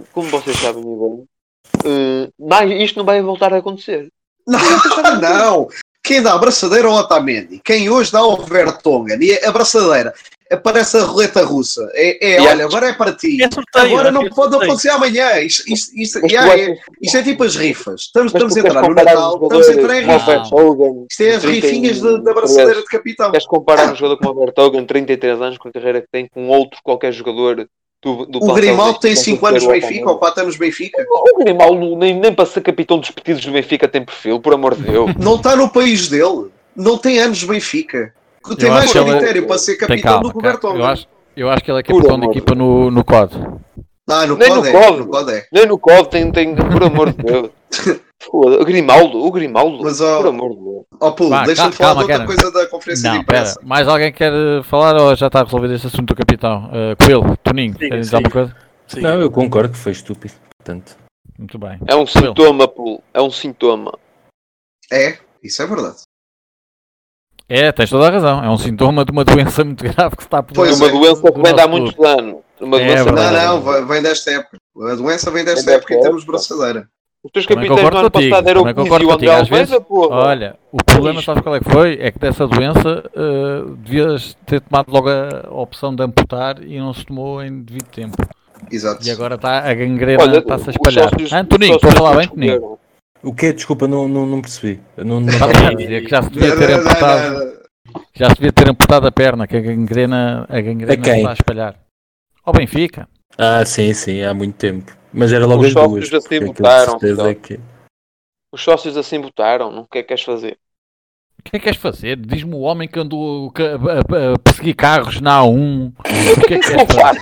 isto não vai voltar a acontecer. Não. Quem dá a abraçadeira ao Otamendi, quem hoje dá ao Vertonghen, e a abraçadeira parece a roleta russa. Olha, agora é para ti. Agora não pode acontecer amanhã. Isto é tipo as rifas. Estamos a entrar no Natal, estamos a entrar em rifas. Isto é as rifinhas da abraçadeira de capitão. Queres comparar um jogador como o Vertonghen, 33 anos, com a carreira que tem, com outro qualquer jogador? O Grimaldo tem 5 anos no Benfica ou 4 anos no Benfica. O Grimaldo nem para ser capitão dos pedidos do Benfica tem perfil, por amor de Deus. Não está no país dele. Não tem anos no Benfica. Tem mais critério para ser capitão do que o Vertonghen. Eu acho que ele é capitão de equipa no COD. No COD é. Nem no COD tem por amor de Deus. O Grimaldo, mas, por amor de Deus. Deixa-me falar de outra coisa da conferência de imprensa. Mais alguém quer falar ou já está resolvido este assunto do capitão? Coelho, Toninho, quer dizer alguma coisa? Sim. Não, eu concordo que foi estúpido, portanto. Muito bem. É um sintoma, Paulo. É um sintoma. Isso é verdade. Tens toda a razão. É um sintoma de uma doença muito grave que se está a pois uma doença que vem de há muitos anos. Vem desta época. A doença vem desta época em termos de braçadeira. Os teus capitães no ano passado eram o Pizzi e o André Almeida, porra. Olha, o problema, sabes qual é que foi? É que dessa doença devias ter tomado logo a opção de amputar e não se tomou em devido tempo. Exato. E agora a gangrena está-se a espalhar. Toninho, estou a falar bem, Toninho? O que? Desculpa, não percebi. Que já se devia ter amputado. Já se devia ter amputado a perna, que a gangrena está a espalhar. Ao Benfica. Sim, há muito tempo. Mas era logo os as duas. Os sócios assim votaram. Os sócios assim votaram. O que é que queres fazer? O que é que queres fazer? Diz-me o homem que andou a perseguir carros na A1. O que é que queres fazer?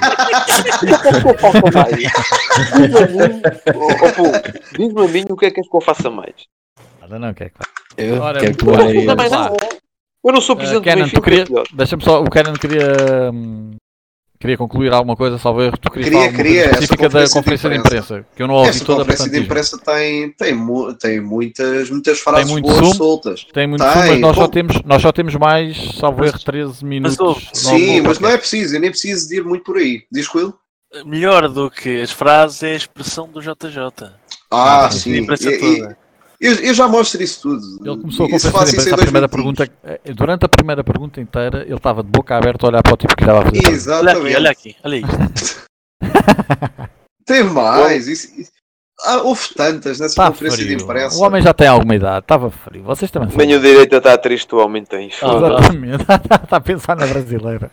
Diz-me a mim o que é que eu faça mais. Nada, não quer. Eu Ora, quero que muito o bem. Areias... Também não. Eu não sou presidente do Kenan, Benfica. tu queria... filhote. Deixa-me só, o Kenan queria concluir alguma coisa, salvo erro. Tu querias falar alguma coisa Essa específica da conferência de imprensa, que eu não ouvi Essa toda, conferência de portanto, imprensa tem muitas frases muito boas sumo? soltas. tem muito Tem, sumo, mas bom. nós só temos mais, salvo erro, 13 minutos. ouve, Sim, mas não é preciso, eu nem preciso de ir muito por aí. Diz com ele? Melhor do que as frases é a expressão do JJ. Ah, A sim. imprensa toda. Eu já mostro isso tudo. Ele começou a Isso conferência faço de isso em imprensa, a dois primeira minutinhos. pergunta, durante a primeira pergunta inteira, ele estava de boca aberta a olhar para o tipo que estava a fazer. Exatamente. Olha aqui, olha isto. Teve mais. Houve tantas nessa Está conferência de frio. imprensa. O homem já tem alguma idade, estava frio. Vocês também sabem. Bem, o direito a estar triste, o homem tem. Ah, Exatamente. Está a pensar na brasileira.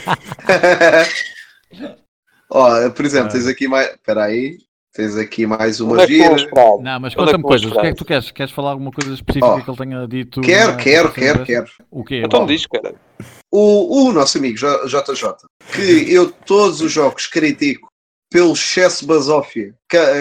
Ó, por exemplo, tens aqui mais. Espera aí. Tens aqui mais Onde uma é que estão gira. as frases? Não, mas Onde é conta-me que coisas. vão O que é as que tu queres? Queres falar alguma coisa específica Ó, que ele tenha dito? Quero. Quero. O quê? Então diz, cara. O nosso amigo JJ, que eu todos os jogos critico pelo excesso de basófia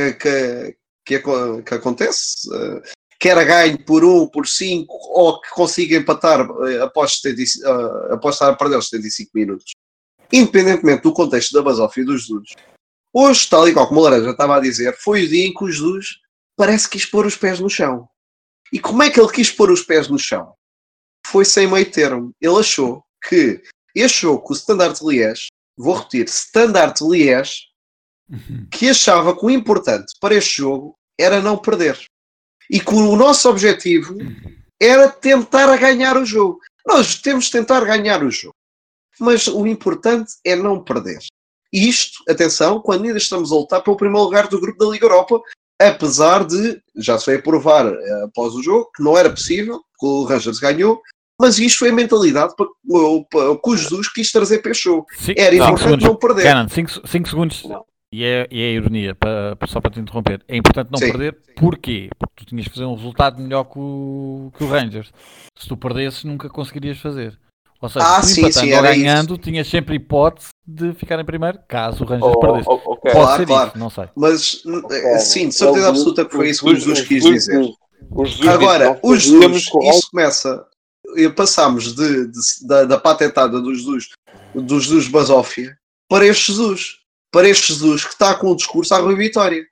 que acontece, quer a ganho por 1, por 5, ou que consiga empatar após estar a perder os 75 minutos. Independentemente do contexto da basófia dos Jesus, hoje, tal e qual como o Laranja estava a dizer, foi o dia em que o Jesus parece que quis pôr os pés no chão. E como é que ele quis pôr os pés no chão? Foi sem meio termo. Ele achou que este jogo com o Standard de Liège, vou repetir, Standard de Liège, que achava que o importante para este jogo era não perder. E que o nosso objetivo era tentar a ganhar o jogo. Nós temos de tentar ganhar o jogo. Mas o importante é não perder. E isto, atenção, quando ainda estamos a lutar pelo primeiro lugar do grupo da Liga Europa, apesar de, já se veio provar após o jogo, que não era possível, que o Rangers ganhou, mas isto foi a mentalidade que o Jesus quis trazer para este jogo. Era importante não perder. Canon, 5 segundos. Não. E é a ironia, só para te interromper. É importante não perder, porquê? Porque tu tinhas que fazer um resultado melhor que o Rangers. Se tu perdesses, nunca conseguirias fazer. Ou seja, se tu empatando ou ganhando, tinhas sempre hipótese de ficar em primeiro, caso o Rangers perdesse. Okay. Pode ser isso, não sei. Mas, sim, de certeza absoluta que foi isso que o Jesus quis dizer. Jesus agora, o Jesus, isso começa... Passámos da patetada do Jesus basófia para este Jesus. Para este Jesus que está com o discurso à Rui Vitória.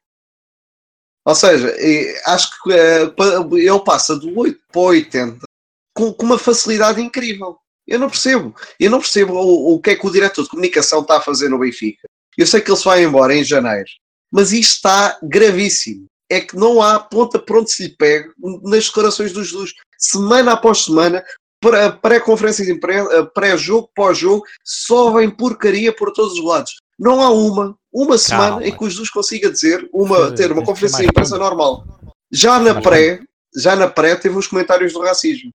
Ou seja, acho que ele passa do 8 para o 80 com uma facilidade incrível. Eu não percebo o que é que o diretor de comunicação está a fazer no Benfica. Eu sei que ele se vai embora em janeiro, mas isto está gravíssimo. É que não há ponta por onde se lhe pegue nas declarações do Jesus. Semana após semana, pré-conferência de imprensa, pré-jogo, pós-jogo, só vem porcaria por todos os lados. Não há uma semana em que o Jesus consiga dizer ter uma conferência de imprensa normal. Já na pré teve os comentários do racismo.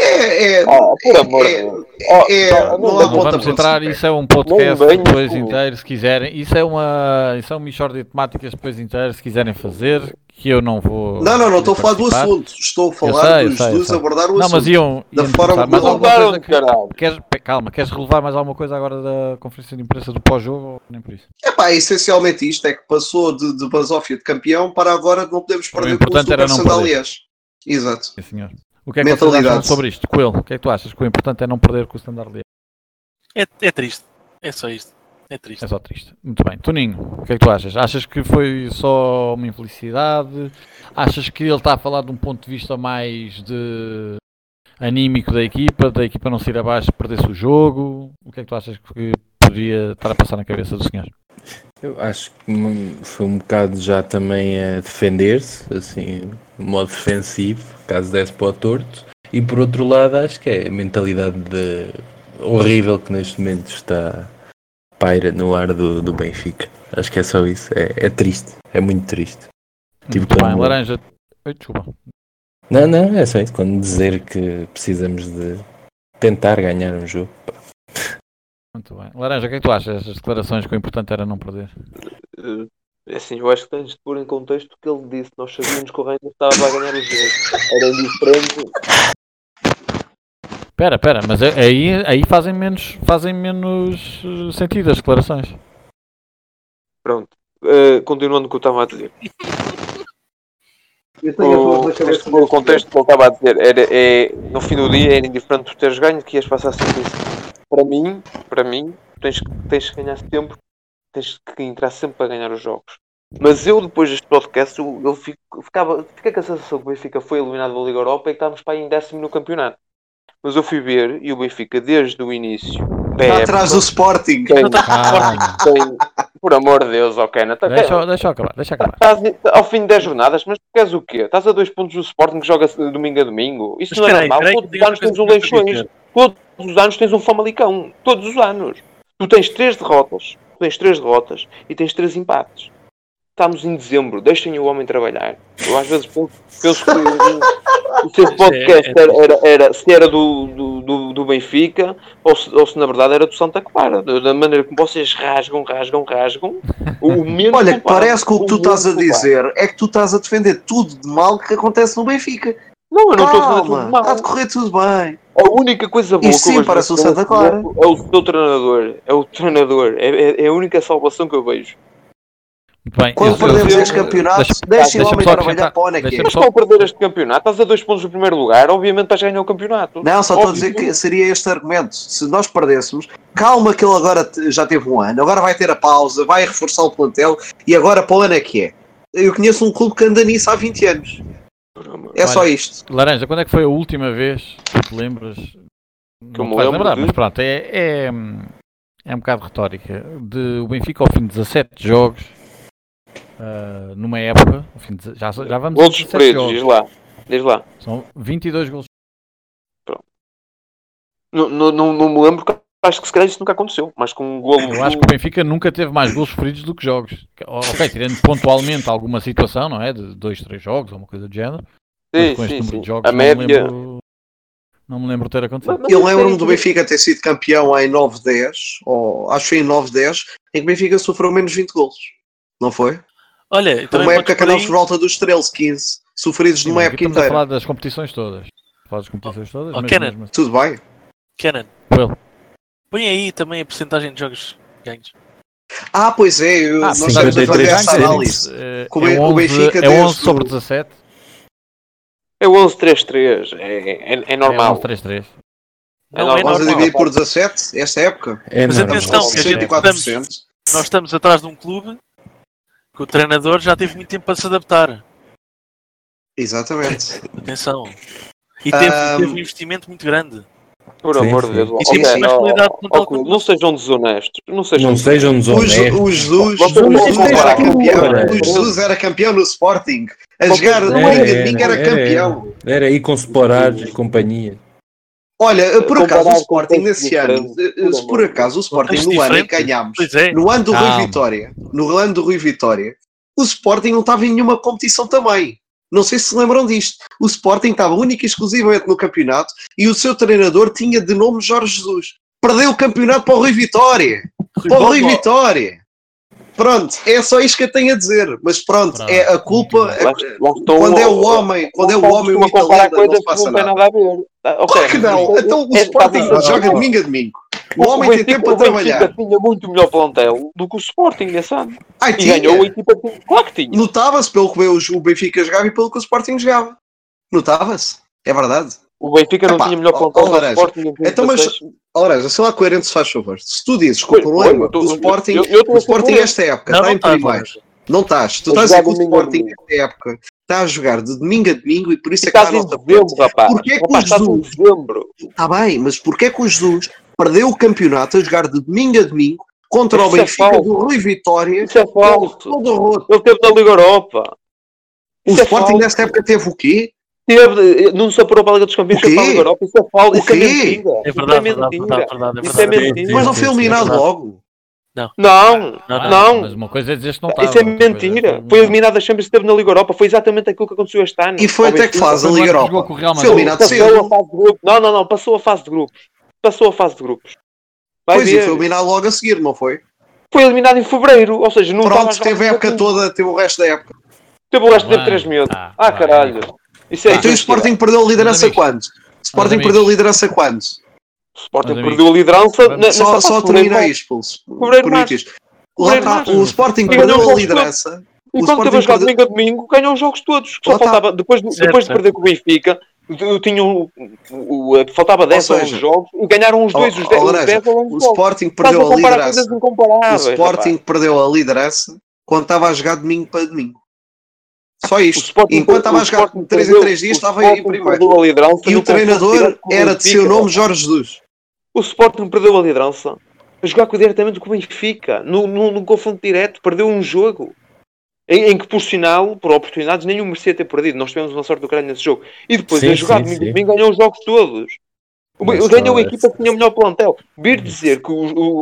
Não vamos entrar, isso é um podcast depois inteiro, se quiserem. Isso é um mixórdia de temáticas depois inteiro, se quiserem fazer, que eu não vou. Não estou a falar do assunto. Estou a falar dos Jesus abordar o assunto. Não, mas iam da forma mais alguma coisa queres relevar mais alguma coisa agora da conferência de imprensa do pós-jogo ou nem por isso? Essencialmente isto é que passou de basófia de campeão para agora não podemos perder com o Super Sandalias. Exato. Sim, senhor. O que é que vocês acham sobre isto? Coelho, o que é que tu achas? Que o importante é não perder com o Standard Liège? É triste. É só isto. É triste. É só triste. Muito bem. Toninho, o que é que tu achas? Achas que foi só uma infelicidade? Achas que ele está a falar de um ponto de vista mais de anímico da equipa não se ir abaixo e perder-se o jogo? O que é que tu achas que poderia estar a passar na cabeça do senhor? Eu acho que foi um bocado já também a defender-se, assim, de modo defensivo, caso desse para o torto. E por outro lado, acho que é a mentalidade horrível que neste momento está paira no ar do Benfica. Acho que é só isso. É triste. É muito triste. Muito bem, Laranja. Desculpa. Não, é só isso. Quando dizer que precisamos de tentar ganhar um jogo. Muito bem. Laranja, o que é que tu achas das declarações que o importante era não perder? Assim, eu acho que tens de pôr em contexto o que ele disse. Nós sabíamos que o Rangers estava a ganhar o jogo. Era indiferente. Espera, mas aí fazem menos sentido as declarações. Pronto. Continuando o que eu estava a dizer. Eu tenho a voz na cabeça. O contexto que eu estava a dizer no fim do dia era indiferente por teres ganho que ias passar sempre isso. Para mim, tens que ganhar sempre, tens que entrar sempre para ganhar os jogos. Mas eu, depois deste podcast, fiquei com a sensação que o Benfica foi eliminado da Liga Europa e que estávamos para aí em 10º no campeonato. Mas eu fui ver e o Benfica, desde o início da Está atrás do Sporting. Por amor de Deus, ok. Deixa eu acabar. Estás ao fim de 10 jornadas, mas tu queres o quê? Estás a 2 pontos do Sporting que joga domingo a domingo? Isso não é normal. Todos os anos tens um Leixões. Todos os anos tens um Famalicão. Todos os anos. Tu tens 3 derrotas. E tens 3 empates. Estamos em dezembro. Deixem o homem trabalhar. Eu às vezes penso que o seu podcast se era do Benfica ou se na verdade era do Santa Clara. Da maneira como vocês rasgam. O menos Olha, culpado, parece que o que tu estás a dizer é que tu estás a defender tudo de mal que acontece no Benfica. Não, eu não estou a fazer tudo mal. Há de correr tudo bem. A única coisa boa E sim, parece o Santa Clara. É o seu treinador. É a única salvação que eu vejo. Muito bem. Quando perdemos este campeonato, deixem o homem trabalhar para onde é que é. Mas estão a perder este campeonato, estás a 2 pontos do primeiro lugar, obviamente estás a ganhar o campeonato. Não, só estou a dizer que seria este argumento. Se nós perdêssemos, calma que ele agora já teve um ano, agora vai ter a pausa, vai reforçar o plantel e agora para o ano é que é. Eu conheço um clube que anda nisso há 20 anos. É só isto. Laranja, quando é que foi a última vez que te lembras? Que eu Não me vais lembro lembrar, de- mas pronto, é um bocado retórica. De o Benfica ao fim de 17 jogos, numa época, ao fim de, já vamos Golos 17 sofridos, jogos. diz lá. São 22 golos. Não me lembro, porque acho que se calhar isso nunca aconteceu, mas com um golo... Eu acho que o Benfica nunca teve mais golos sofridos do que jogos. Ok, tirando pontualmente alguma situação, não é? De 2, 3 jogos ou uma coisa do género. Mas com este número de jogos A média... não me lembro de ter acontecido. Mas Eu lembro-me do Benfica ter sido campeão em 9-10, ou acho que foi em 9-10, em que o Benfica sofreu menos 20 golos. Não foi? Olha, Foi uma época que andámos por volta dos 13, 15, sofridos Sim, numa mas época aqui estamos a inteira. falar das competições todas. Falar das competições todas. Mas Kenan. mesmo assim. Tudo bem. Kenan, Will. põe aí também a porcentagem de jogos ganhos. Ah, pois é, nós sim, estamos a fazer 53%. essa análise. É O Benfica 11 desde sobre 17. É o 11-3-3, é normal. É 11-3-3. Não não, é Vamos a normal. dividir por 17, esta época. É Mas normal. atenção, que a gente 64%. Nós estamos atrás de um clube que o treinador já teve muito tempo para se adaptar. Exatamente. Atenção. E teve um investimento muito grande. Por Sim, amor sim. de Deus. E sim, Ok, sim. Mas qualidade de plantel como não sejam desonestos. Não sejam O desonestos. Jesus era campeão no Sporting. A Vocês jogar não no domingo era campeão. Era aí com Sporados e companhia. Olha, por acaso o Comparar Sporting com nesse ano, diferentes, se por acaso o Sporting Mas no ano em que diferente. ganhámos, Pois é. no ano do Rui Calma. Vitória, o Sporting não estava em nenhuma competição também. Não sei se lembram disto. O Sporting estava única e exclusivamente no campeonato e o seu treinador tinha de nome Jorge Jesus. Perdeu o campeonato para o Rui Vitória. Para o Rui Vitória. Pronto, é só isto que eu tenho a dizer. Mas pronto, Pronto. é a culpa. Quando Quando é o homem o comparar italiano, não coisas se que passa não tem nada. nada a ver. Claro que não. Então o Sporting joga domingo a domingo. O homem tem tempo para trabalhar. O Benfica tinha muito melhor plantel do que o Sporting nesse ano. Ai, E tinha. ganhou a equipa que... Claro que tinha. Notava-se pelo que o Benfica jogava e pelo que o Sporting jogava. Notava-se. É verdade. O Benfica não Epá, tinha melhor plantel do que o Laranja. Sporting. Então, mas, Ora, sei lá coerente se faz favor. Se tu dizes que o problema do Sporting, o Sporting esta época Não, está em não tá, primeiro. Não estás. Tu estás a dizer que o Sporting esta época está a jogar de domingo a domingo e por isso é que está Estás a em nota dezembro, rapaz. Porquê que o Rapaz, estás em Jesus... dezembro. Está bem, mas porquê que o Jesus perdeu o campeonato a jogar de domingo a domingo contra o Isso é Benfica falso. do Rui Vitória? Isso é falso. Todo roto. Ele teve na Liga Europa. O Isso é Sporting falso. nesta época teve o quê? Não se apurou para a Liga dos Campeões, O quê? foi para a Liga Europa. Isso é falso. O Isso é quê? mentira. É Isso verdade, é mentira. verdade. Isso é verdade. mentira. Mas não foi eliminado verdade. logo. Não. Mas uma coisa é dizer que não estava. Isso é outra coisa mentira. que- Foi eliminado da Champions e esteve na Liga Europa. Foi exatamente aquilo que aconteceu este ano. E foi até que fase a Liga Jogou com Europa. o Real Foi Madrid. eliminado Passou cedo. a fase de grupos. Não. Passou a fase de grupos. Passou a fase de grupos. Vai Pois, e ver. foi eliminado logo a seguir, não foi? Foi eliminado em fevereiro. Ou seja, não estava Pronto, jogar teve a época toda, teve o resto da época. Teve o resto de Bem, 3 meses. tá, Ah, bem. caralho. Isso é Então o mentira. Sporting perdeu a liderança amigos. quando? O Sporting amigos. perdeu a liderança quando? O Sporting Meus perdeu a liderança Vamos- nessa Só fase de termina fevereiro. isto, Pulso. Fevereiro, Por março. isto. Lá está, Março. o Sporting Ganhou perdeu os a jogos liderança. E quando teve a jogar domingo a domingo, ganhou os jogos todos. Só faltava, depois de perder com o Benfica, faltava 10 ou 11 jogos e ganharam os 10 ou 11 jogos. O Sporting perdeu a liderança. O Sporting perdeu a liderança quando estava a jogar domingo para domingo. Só isto. Enquanto estava a jogar 3 em 3 dias, estava em primeiro. E o treinador era de seu nome Jorge Jesus. O Sporting perdeu a liderança a jogar diretamente com o Benfica. No confronto direto, perdeu um jogo. Em que, por sinal, por oportunidades, nenhum merecia ter perdido. Nós tivemos uma sorte do caralho nesse jogo. E depois, a jogar domingo, ganhou os jogos todos. Ganhou a equipa que tinha o melhor plantel. Vir dizer que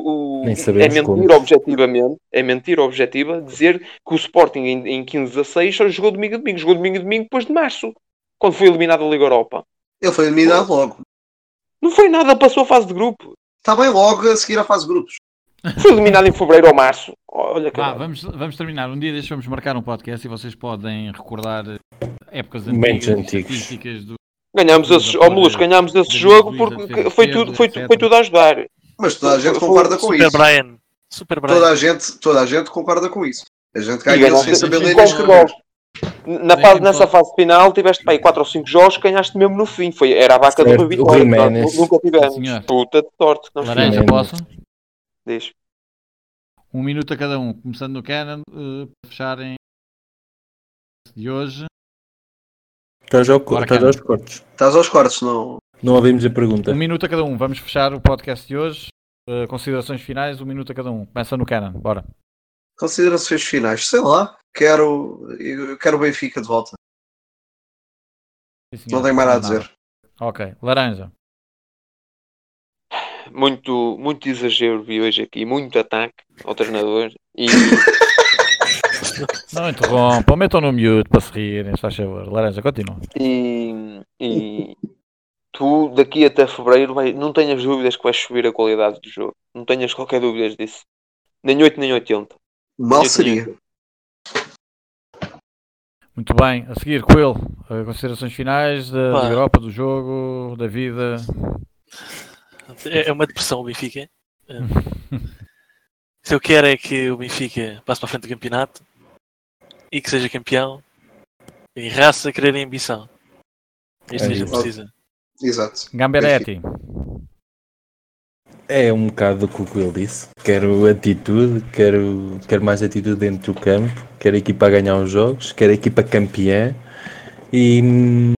é mentir objetiva dizer que o Sporting em 15-16 só jogou domingo a domingo. Jogou domingo a domingo depois de março, quando foi eliminado da Liga Europa. Ele foi eliminado logo. Não foi nada, passou a fase de grupo. Está bem logo a seguir a fase de grupos. Foi eliminado em fevereiro ou março. Olha, vamos terminar. Um dia vamos marcar um podcast e vocês podem recordar épocas antigas do... Ganhámos esse jogo porque foi tudo a ajudar. Mas toda a gente concorda com isso. Super Brian. Toda a gente concorda com isso. A gente ganhou sem saber ler nessa fase final tiveste para aí 4 ou 5 jogos que ganhaste mesmo no fim. Era a vaca do Vitória. Nunca tivemos. Puta de sorte. Laranja, posso? Diz. 1 minuto a cada um, começando no Canon, para fecharem de hoje. Estás aos cortes. Estás aos cortes, não ouvimos a pergunta. 1 minuto a cada um, vamos fechar o podcast de hoje. Considerações finais, 1 minuto a cada um. Começa no Canon, bora. Considerações finais, sei lá. Eu quero o Benfica de volta. Sim, não tenho mais nada a dizer. Ok, Laranja. Muito exagero vi hoje aqui, muito ataque ao treinador e... Não interrompam, metam no mute para se rirem, se faz favor. Laranja, continua. E tu daqui até fevereiro não tenhas dúvidas que vais subir a qualidade do jogo. Não tenhas qualquer dúvida disso. Nem 8 nem 80. Mal seria. Muito bem, a seguir, Quill, considerações finais da Europa, do jogo, da vida. É uma depressão o Benfica. Se eu quero é que o Benfica passe para a frente do campeonato e que seja campeão em raça, querer e ambição. Isto que a gente precisa. Exato. Gamberetti. É um bocado o que o Quill disse. Quero atitude, quero mais atitude dentro do campo, quero a equipa a ganhar os jogos, quero a equipa campeã e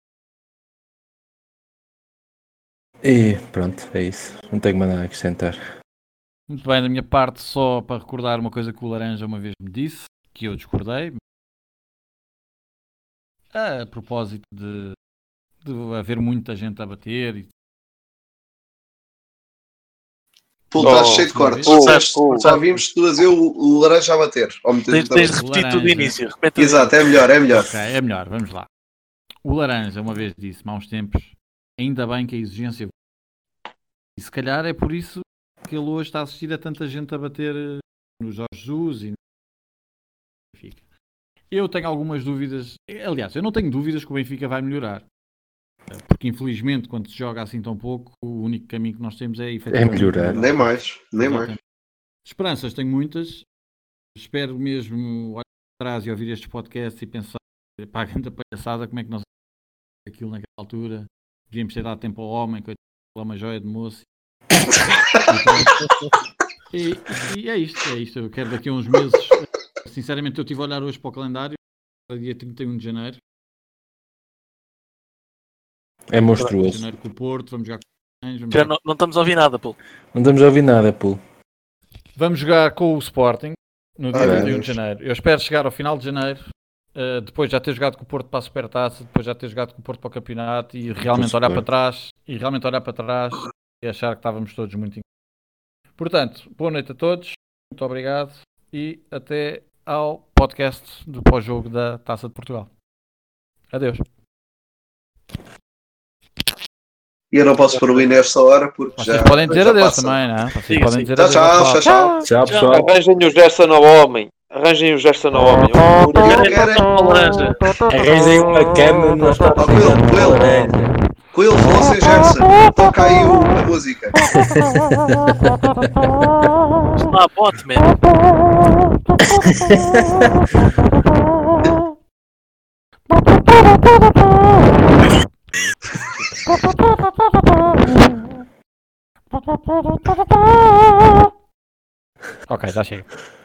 pronto, é isso. Não tenho mais nada a acrescentar. Muito bem, da minha parte, só para recordar uma coisa que o Laranja uma vez me disse, que eu discordei, a propósito de haver muita gente a bater. E... Tu estás cheio de cortes. Só vimos tu a dizer o Laranja a bater. Tens de repetir tudo do início. Exato, é melhor. Ok, é melhor, vamos lá. O Laranja uma vez disse-me há uns tempos, ainda bem que a exigência... E se calhar é por isso que ele hoje está a assistir a tanta gente a bater no Jorge Jesus e no Benfica. Eu tenho algumas dúvidas. Aliás, eu não tenho dúvidas que o Benfica vai melhorar. Porque infelizmente quando se joga assim tão pouco, o único caminho que nós temos é efetivamente melhorar. Nem mais. Esperanças tenho muitas. Espero mesmo olhar para trás e ouvir estes podcasts e pensar para a grande palhaçada, como é que nós aquilo naquela altura. Devíamos ter dado tempo ao homem, que é uma joia de moço. E é isto. Eu quero daqui a uns meses. Sinceramente, eu estive a olhar hoje para o calendário, dia 31 de janeiro. É monstruoso. Janeiro com o Porto, vamos jogar com Já não estamos a ouvir nada, Paulo. Não estamos a ouvir nada, Paulo. Vamos jogar com o Sporting no dia 31 de janeiro. Eu espero chegar ao final de janeiro, depois já ter jogado com o Porto para a Supertaça, depois já ter jogado com o Porto para o campeonato e realmente olhar para trás e achar que estávamos todos muito Portanto, boa noite a todos, muito obrigado e até ao podcast do pós-jogo da Taça de Portugal. Adeus. E eu não posso proibir nesta hora porque vocês já... podem dizer adeus passa. também, não é? Vocês Sim, podem sim. dizer adeus. Tchau, pessoal. Arranjem o Gerson ao homem. Arranjem uma cama no hospital. Quill, você Gerson, toca aí a música. Bote, man. Ok, já chega.